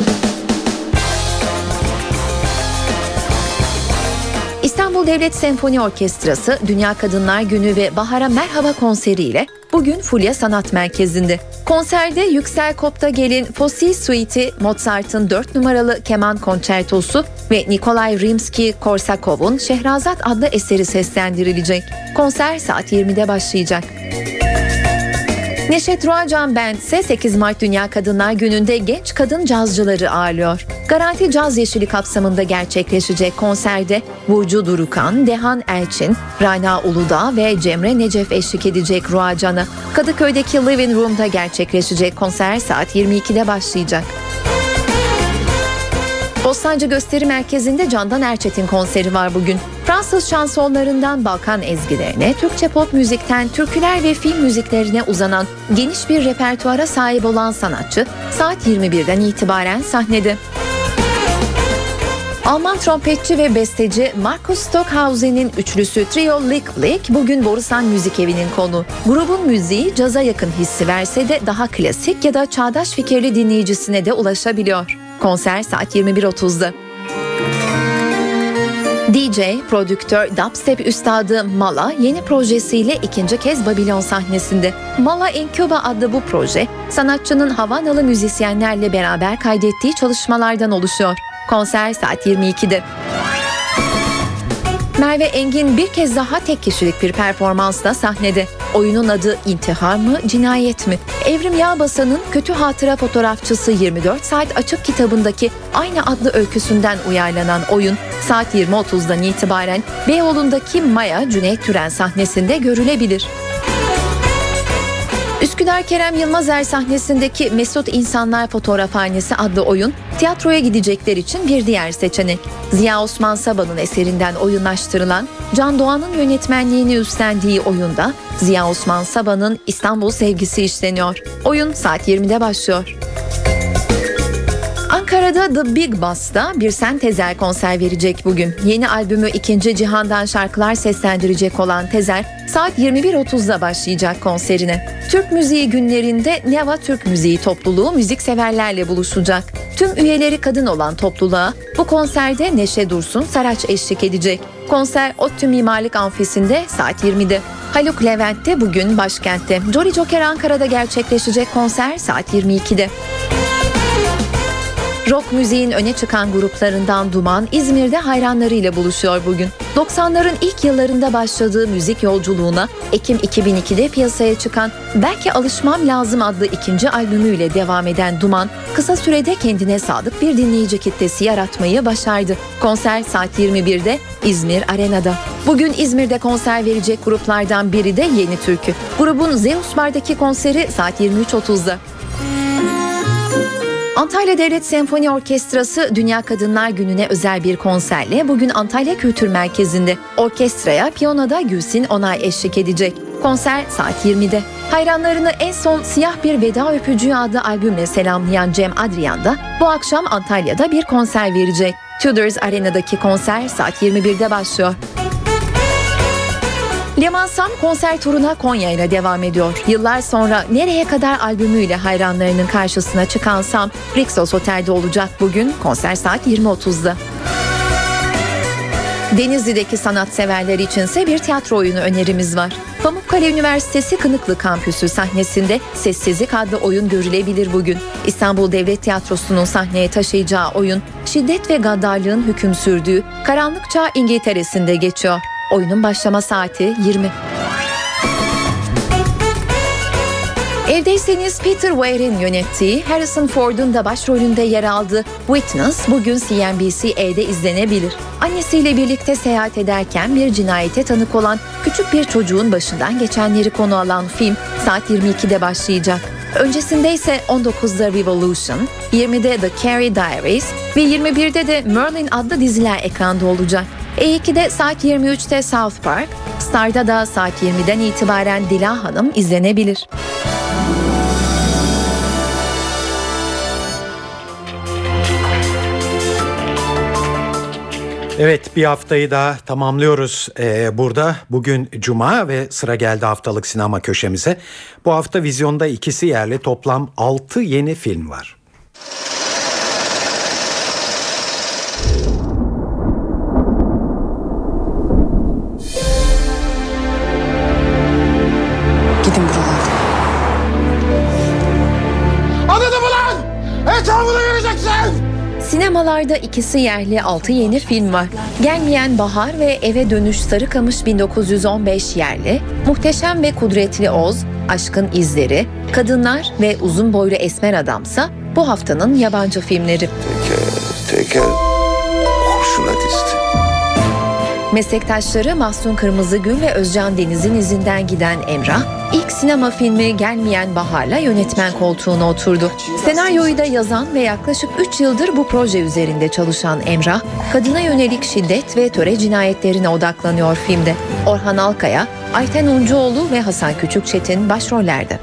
[SPEAKER 21] İstanbul Devlet Senfoni Orkestrası Dünya Kadınlar Günü ve Bahar'a Merhaba konseriyle bugün Fulya Sanat Merkezi'nde. Konserde Yüksel Koptagel'in Fossil Suite'i, Mozart'ın 4 numaralı keman konçertosu ve Nikolay Rimski-Korsakov'un Şehrazat adlı eseri seslendirilecek. Konser saat 20'de başlayacak. Neşet Ruacan Band ise 8 Mart Dünya Kadınlar Günü'nde genç kadın cazcıları ağırlıyor. Garanti Caz Yeşili kapsamında gerçekleşecek konserde Burcu Durukan, Dehan Elçin, Rana Uludağ ve Cemre Necef eşlik edecek Ruacan'a. Kadıköy'deki Living Room'da gerçekleşecek konser saat 22'de başlayacak. Bostancı Gösteri Merkezi'nde Candan Erçetin konseri var bugün. Fransız şansonlarından Balkan ezgilerine, Türkçe pop müzikten türküler ve film müziklerine uzanan geniş bir repertuara sahip olan sanatçı saat 21'den itibaren sahnede. Alman trompetçi ve besteci Markus Stockhausen'in üçlüsü Trio Lick Lick bugün Borusan Müzik Evi'nin konuğu. Grubun müziği caza yakın hissi verse de daha klasik ya da çağdaş fikirli dinleyicisine de ulaşabiliyor. Konser saat 21.30'da. DJ, prodüktör, dubstep üstadı Mala yeni projesiyle ikinci kez Babilon sahnesinde. Mala Incuba adlı bu proje, sanatçının Havanalı müzisyenlerle beraber kaydettiği çalışmalardan oluşuyor. Konser saat 22'de. Merve Engin bir kez daha tek kişilik bir performansla sahnede. Oyunun adı İntihar mı, Cinayet mi? Evrim Yağbasan'ın Kötü Hatıra Fotoğrafçısı 24 Saat Açık kitabındaki aynı adlı öyküsünden uyarlanan oyun saat 20.30'dan itibaren Beyoğlu'ndaki Maya Cüneyt Türen sahnesinde görülebilir. Üsküdar Kerem Yılmazer sahnesindeki Mesut İnsanlar Fotoğrafhanesi adlı oyun tiyatroya gidecekler için bir diğer seçenek. Ziya Osman Sabah'ın eserinden oyunlaştırılan, Can Doğan'ın yönetmenliğini üstlendiği oyunda Ziya Osman Sabah'ın İstanbul Sevgisi işleniyor. Oyun saat 20'de başlıyor. Ankara'da The Big Boss'ta Birsen Tezer konser verecek bugün. Yeni albümü 2. Cihan'dan şarkılar seslendirecek olan Tezer, saat 21.30'da başlayacak konserine. Türk Müziği Günlerinde Neva Türk Müziği topluluğu müzikseverlerle buluşacak. Tüm üyeleri kadın olan topluluğa bu konserde Neşe Dursun Saraç eşlik edecek. Konser ODTÜ Mimarlık Amfisi'nde saat 20'de. Haluk Levent de bugün başkentte. Jolly Joker Ankara'da gerçekleşecek konser saat 22'de. Rock müziğin öne çıkan gruplarından Duman, İzmir'de hayranlarıyla buluşuyor bugün. 90'ların ilk yıllarında başladığı müzik yolculuğuna Ekim 2002'de piyasaya çıkan Belki Alışmam Lazım adlı ikinci albümüyle devam eden Duman, kısa sürede kendine sadık bir dinleyici kitlesi yaratmayı başardı. Konser saat 21'de İzmir Arena'da. Bugün İzmir'de konser verecek gruplardan biri de Yeni Türkü. Grubun Zeus Bar'daki konseri saat 23.30'da. Antalya Devlet Senfoni Orkestrası Dünya Kadınlar Günü'ne özel bir konserle bugün Antalya Kültür Merkezi'nde. Orkestraya piyanoda Gülsin Onay eşlik edecek. Konser saat 20'de. Hayranlarını en son Siyah Bir Veda Öpücüğü adlı albümle selamlayan Cem Adrian da bu akşam Antalya'da bir konser verecek. Tudors Arena'daki konser saat 21'de başlıyor. Leman Sam konser turuna Konya ile devam ediyor. Yıllar sonra Nereye Kadar albümüyle hayranlarının karşısına çıkan Sam, Rixos Otel'de olacak bugün. Konser saat 20.30'da. Denizli'deki sanatseverler içinse bir tiyatro oyunu önerimiz var. Pamukkale Üniversitesi Kınıklı Kampüsü sahnesinde Sessizlik adlı oyun görülebilir bugün. İstanbul Devlet Tiyatrosu'nun sahneye taşıyacağı oyun, şiddet ve gaddarlığın hüküm sürdüğü karanlık çağ İngiltere'sinde geçiyor. Oyunun başlama saati 20. Evdeyseniz Peter Weir'in yönettiği, Harrison Ford'un da başrolünde yer aldığı Witness bugün CNBC-E'de izlenebilir. Annesiyle birlikte seyahat ederken bir cinayete tanık olan küçük bir çocuğun başından geçenleri konu alan film saat 22'de başlayacak. Öncesinde ise 19'da Revolution, 20'de The Carrie Diaries ve 21'de de Merlin adlı diziler ekranda olacak. E2'de saat 23'te South Park, Star'da da saat 20'den itibaren Dila Hanım izlenebilir.
[SPEAKER 2] Evet, bir haftayı daha tamamlıyoruz burada. Bugün Cuma ve sıra geldi haftalık sinema köşemize. Bu hafta vizyonda ikisi yerli toplam 6 yeni film var.
[SPEAKER 6] Gidin buralardan.
[SPEAKER 22] Anladın mı lan? Etrafını göreceksin!
[SPEAKER 21] Sinemalarda ikisi yerli 6 yeni film var. Gelmeyen Bahar ve Eve Dönüş Sarıkamış 1915 yerli, Muhteşem ve Kudretli Oz, Aşkın İzleri, Kadınlar ve Uzun Boylu Esmer Adamsa bu haftanın yabancı filmleri.
[SPEAKER 22] Teker kurşuna dizdi.
[SPEAKER 21] Meslektaşları Mahsun Kırmızıgül ve Özcan Deniz'in izinden giden Emrah, ilk sinema filmi Gelmeyen Bahar'la yönetmen koltuğuna oturdu. Senaryoyu da yazan ve yaklaşık 3 yıldır bu proje üzerinde çalışan Emrah, kadına yönelik şiddet ve töre cinayetlerine odaklanıyor filmde. Orhan Alkaya, Ayten Uncuoğlu ve Hasan Küçükçetin başrollerde.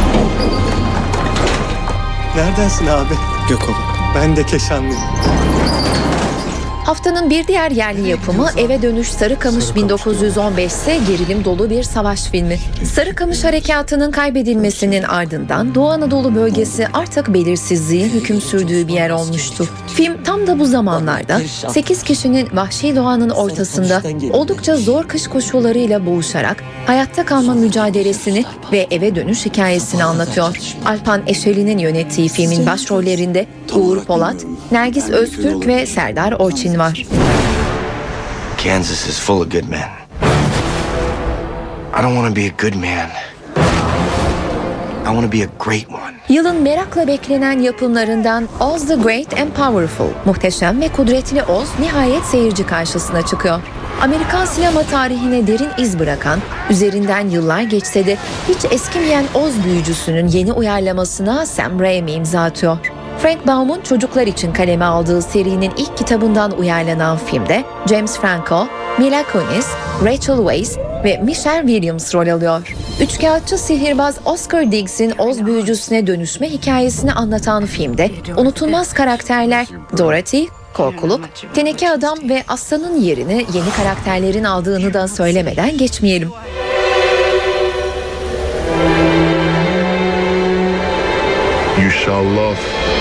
[SPEAKER 23] Neredensin abi? Gökova. Ben de Keşanlıyım.
[SPEAKER 21] Haftanın bir diğer yerli yapımı Eve Dönüş Sarıkamış 1915 ise gerilim dolu bir savaş filmi. Sarıkamış Harekatı'nın kaybedilmesinin ardından Doğu Anadolu bölgesi artık belirsizliğin hüküm sürdüğü bir yer olmuştu. Film tam da bu zamanlarda 8 kişinin vahşi doğanın ortasında oldukça zor kış koşullarıyla boğuşarak hayatta kalma mücadelesini ve eve dönüş hikayesini anlatıyor. Alpan Eşeli'nin yönettiği filmin başrollerinde Uğur Polat, Nergis Öztürk ve Serdar Orçin var.
[SPEAKER 22] Kansas is full of good men. I don't want to be a good man. I want to be a great one.
[SPEAKER 21] Yılın merakla beklenen yapımlarından Oz the Great and Powerful, Muhteşem ve Kudretli Oz nihayet seyirci karşısına çıkıyor. Amerikan sinema tarihine derin iz bırakan, üzerinden yıllar geçse de hiç eskimeyen Oz büyücüsünün yeni uyarlamasına Sam Raimi imza atıyor. Frank Baum'un çocuklar için kaleme aldığı serinin ilk kitabından uyarlanan filmde James Franco, Mila Kunis, Rachel Weisz ve Michelle Williams rol alıyor. Üçkağıtçı sihirbaz Oscar Diggs'in Oz büyücüsüne dönüşme hikayesini anlatan filmde unutulmaz karakterler Dorothy, Korkuluk, Teneke Adam ve Aslan'ın yerini yeni karakterlerin aldığını da söylemeden geçmeyelim.
[SPEAKER 22] You shall love.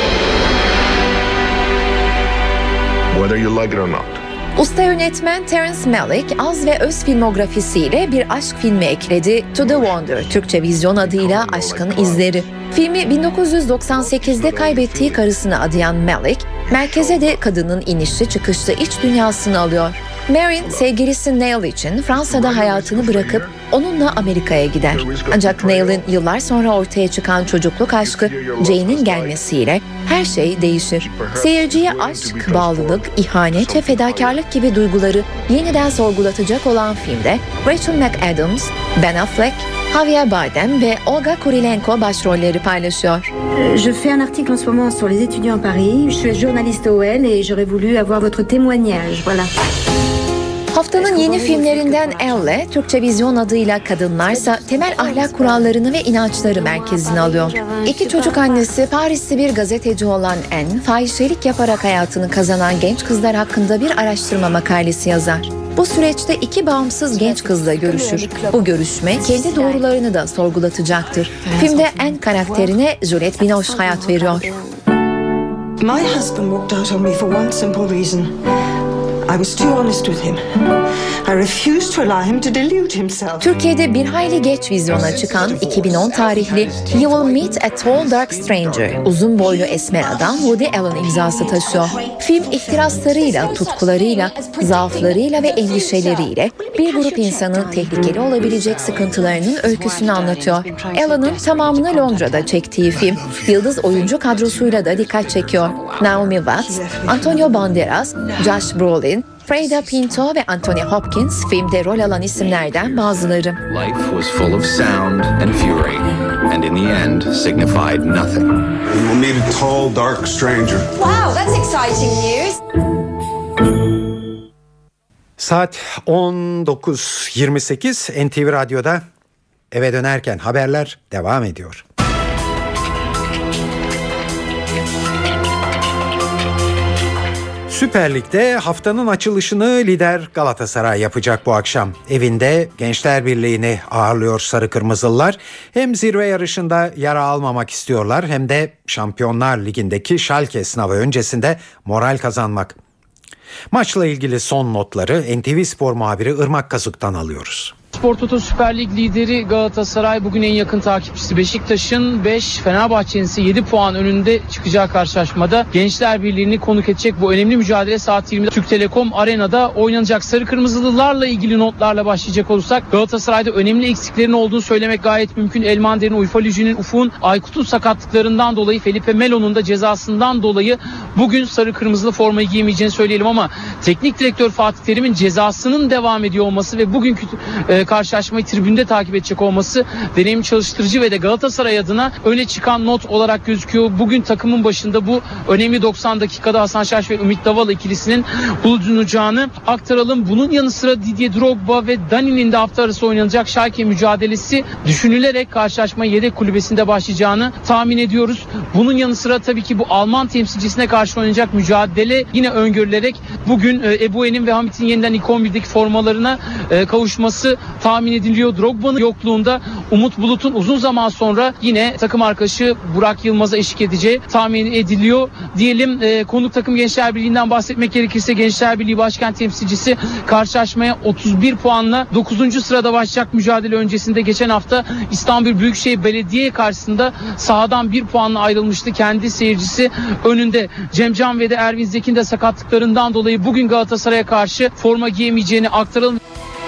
[SPEAKER 22] Whether you like it or not.
[SPEAKER 21] Usta yönetmen Terrence Malick az ve öz filmografisiyle bir aşk filmi ekledi. To the Wonder, Türkçe vizyon adıyla Aşkın İzleri. Filmi 1998'de kaybettiği karısını adayan Malick, merkeze de kadının inişli çıkışlı iç dünyasını alıyor. Marin, sevgilisi Neil için Fransa'da hayatını bırakıp onunla Amerika'ya gider. Ancak Neil'in yıllar sonra ortaya çıkan çocukluk aşkı Jane'in gelmesiyle her şey değişir. Seyirciye aşk, bağlılık, ihanet ve fedakarlık gibi duyguları yeniden sorgulatacak olan filmde Rachel McAdams, Ben Affleck, Javier Bardem ve Olga Kurilenko başrolleri paylaşıyor.
[SPEAKER 24] Je fais un article en ce moment sur les étudiants à Paris. Je suis journaliste OL et j'aurais voulu avoir votre témoignage. Voilà.
[SPEAKER 21] Haftanın yeni filmlerinden Elle, Türkçe vizyon adıyla Kadınlarsa temel ahlak kurallarını ve inançları merkezine alıyor. 2 çocuk annesi Parisli bir gazeteci olan Anne, fahişelik yaparak hayatını kazanan genç kızlar hakkında bir araştırma makalesi yazar. Bu süreçte 2 bağımsız genç kızla görüşür. Bu görüşme kendi doğrularını da sorgulatacaktır. Filmde Anne karakterine Juliette Binoche hayat veriyor.
[SPEAKER 6] My husband walked out on me for one simple reason. I was too honest with him. I refused to allow him to delude himself.
[SPEAKER 21] Türkiye'de bir hayli geç vizyona çıkan 2010 tarihli You Will Meet a Tall Dark Stranger, uzun boylu esmer adam Woody Allen imzası taşıyor. Film ihtiraslarıyla, tutkularıyla, zaaflarıyla ve endişeleriyle bir grup insanın tehlikeli olabilecek sıkıntılarının öyküsünü anlatıyor. Allen'ın tamamını Londra'da çektiği film, yıldız oyuncu kadrosuyla da dikkat çekiyor. Naomi Watts, Antonio Banderas, Josh Brolin, Freida Pinto ve Anthony Hopkins filmde rol alan isimlerden bazıları.
[SPEAKER 8] Life was full of sound and fury, and in the end signified nothing.
[SPEAKER 9] You will meet a tall, dark stranger.
[SPEAKER 12] Wow, that's exciting news.
[SPEAKER 2] Saat 19.28 NTV Radyo'da eve dönerken haberler devam ediyor. Süper Lig'de haftanın açılışını lider Galatasaray yapacak bu akşam. Evinde Gençler Birliği'ni ağırlıyor Sarı Kırmızılılar. Hem zirve yarışında yara almamak istiyorlar hem de Şampiyonlar Ligi'ndeki Schalke sınavı öncesinde moral kazanmak. Maçla ilgili son notları NTV Spor muhabiri Irmak Kazık'tan alıyoruz.
[SPEAKER 20] Spor Toto Süper Lig lideri Galatasaray bugün en yakın takipçisi Beşiktaş'ın 5, Fenerbahçe'nin ise 7 puan önünde çıkacağı karşılaşmada Gençler Birliği'ni konuk edecek. Bu önemli mücadele saat 20'de Türk Telekom Arena'da oynanacak. Sarı Kırmızılılarla ilgili notlarla başlayacak olursak Galatasaray'da önemli eksiklerin olduğunu söylemek gayet mümkün. Elmander'in, Uyfalücü'nün, Ufuk'un, Aykut'un sakatlıklarından dolayı, Felipe Melo'nun da cezasından dolayı bugün sarı kırmızılı formayı giyemeyeceğini söyleyelim ama teknik direktör Fatih Terim'in cezasının devam ediyor olması ve bugünkü karşılaşmayı tribünde takip edecek olması deneyim çalıştırıcı ve de Galatasaray adına öne çıkan not olarak gözüküyor. Bugün takımın başında bu önemli 90 dakikada Hasan Şaş ve Ümit Davala ikilisinin bulunacağını aktaralım. Bunun yanı sıra Didier Drogba ve Dani'nin de hafta arası oynanacak Schalke mücadelesi düşünülerek karşılaşma yedek kulübesinde başlayacağını tahmin ediyoruz. Bunun yanı sıra tabii ki bu Alman temsilcisine karşı oynanacak mücadele yine öngörülerek bugün Eboue'nin ve Hamit'in yeniden ilk 11'deki formalarına kavuşması tahmin ediliyor. Drogba'nın yokluğunda Umut Bulut'un uzun zaman sonra yine takım arkadaşı Burak Yılmaz'a eşlik edeceği tahmin ediliyor. Diyelim konuk takım Gençler Birliği'nden bahsetmek gerekirse Gençler Birliği Başkent temsilcisi karşılaşmaya 31 puanla 9. sırada başlayacak. Mücadele öncesinde geçen hafta İstanbul Büyükşehir Belediye karşısında sahadan 1 puanla ayrılmıştı. Kendi seyircisi önünde. Cemcan ve de Ervin Zekin de sakatlıklarından dolayı bugün Galatasaray'a karşı forma giyemeyeceğini aktaralım.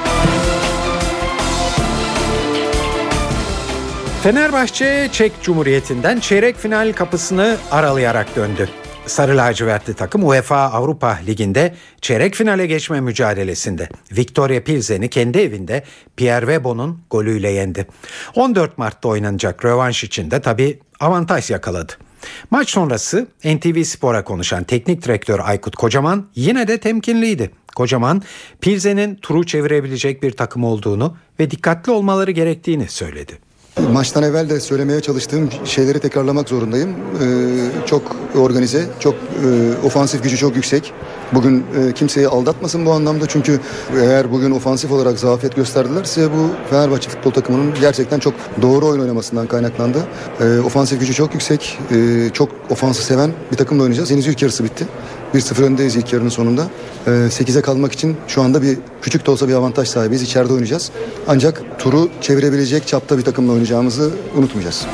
[SPEAKER 2] Fenerbahçe Çek Cumhuriyeti'nden çeyrek final kapısını aralayarak döndü. Sarı lacivertli takım UEFA Avrupa Ligi'nde çeyrek finale geçme mücadelesinde Viktoria Pilsen'i kendi evinde Pierre Webo'nun golüyle yendi. 14 Mart'ta oynanacak rövanş için de tabii avantaj yakaladı. Maç sonrası NTV Spor'a konuşan teknik direktör Aykut Kocaman yine de temkinliydi. Kocaman, Pilsen'in turu çevirebilecek bir takım olduğunu ve dikkatli olmaları gerektiğini söyledi.
[SPEAKER 18] Maçtan evvel de söylemeye çalıştığım şeyleri tekrarlamak zorundayım. Çok organize, çok ofansif gücü çok yüksek. Bugün kimseyi aldatmasın bu anlamda çünkü eğer bugün ofansif olarak zafiyet gösterdilerse bu Fenerbahçe futbol takımının gerçekten çok doğru oyun oynamasından kaynaklandı. Ofansif gücü çok yüksek, çok ofansı seven bir takımla oynayacağız. Henüz ilk yarısı bitti. 1-0 öndeyiz ilk yarının sonunda. 8'e kalmak için şu anda bir küçük de olsa bir avantaj sahibiyiz. İçeride oynayacağız. Ancak turu çevirebilecek çapta bir takımla oynayacağımızı unutmayacağız.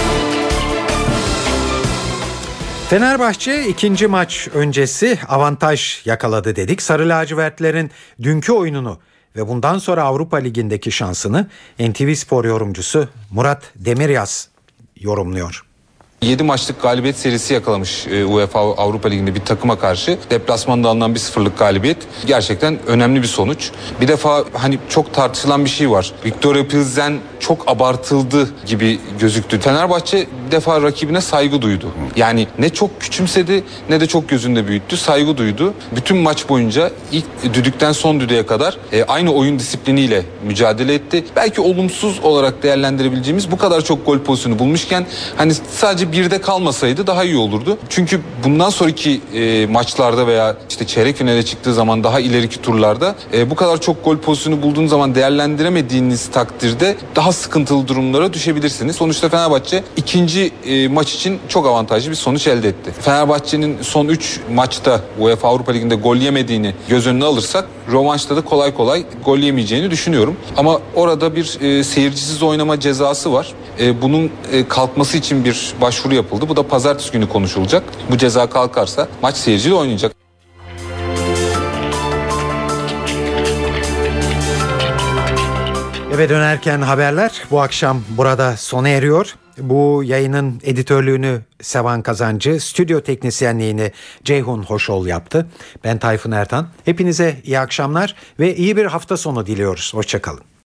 [SPEAKER 2] Fenerbahçe ikinci maç öncesi avantaj yakaladı dedik. Sarı lacivertlerin dünkü oyununu ve bundan sonra Avrupa Ligi'ndeki şansını NTV Spor yorumcusu Murat Demiryaz yorumluyor.
[SPEAKER 19] 7 maçlık galibiyet serisi yakalamış UEFA Avrupa Ligi'nde bir takıma karşı. Deplasmanda alınan 1-0'lık galibiyet gerçekten önemli bir sonuç. Bir defa hani çok tartışılan bir şey var. Viktoria Pilsen çok abartıldı gibi gözüktü. Fenerbahçe bir defa rakibine saygı duydu. Yani ne çok küçümsedi ne de çok gözünde büyüttü. Saygı duydu. Bütün maç boyunca ilk düdükten son düdüğe kadar aynı oyun disipliniyle mücadele etti. Belki olumsuz olarak değerlendirebileceğimiz bu kadar çok gol pozisyonu bulmuşken hani sadece birde kalmasaydı daha iyi olurdu. Çünkü bundan sonraki maçlarda veya işte çeyrek finale çıktığı zaman daha ileriki turlarda bu kadar çok gol pozisyonu bulduğunuz zaman değerlendiremediğiniz takdirde daha sıkıntılı durumlara düşebilirsiniz. Sonuçta Fenerbahçe ikinci maç için çok avantajlı bir sonuç elde etti. Fenerbahçe'nin son 3 maçta UEFA Avrupa Ligi'nde gol yemediğini göz önüne alırsak rövanşta da kolay kolay gol yemeyeceğini düşünüyorum. Ama orada bir seyircisiz oynama cezası var. Bunun kalkması için bir başvuru yapıldı. Bu da pazartesi günü konuşulacak. Bu ceza kalkarsa maç seyirciyle oynayacak.
[SPEAKER 2] Eve dönerken haberler bu akşam burada sona eriyor. Bu yayının editörlüğünü Sevan Kazancı, stüdyo teknisyenliğini Ceyhun Hoşol yaptı. Ben Tayfun Ertan. Hepinize iyi akşamlar ve iyi bir hafta sonu diliyoruz. Hoşça kalın.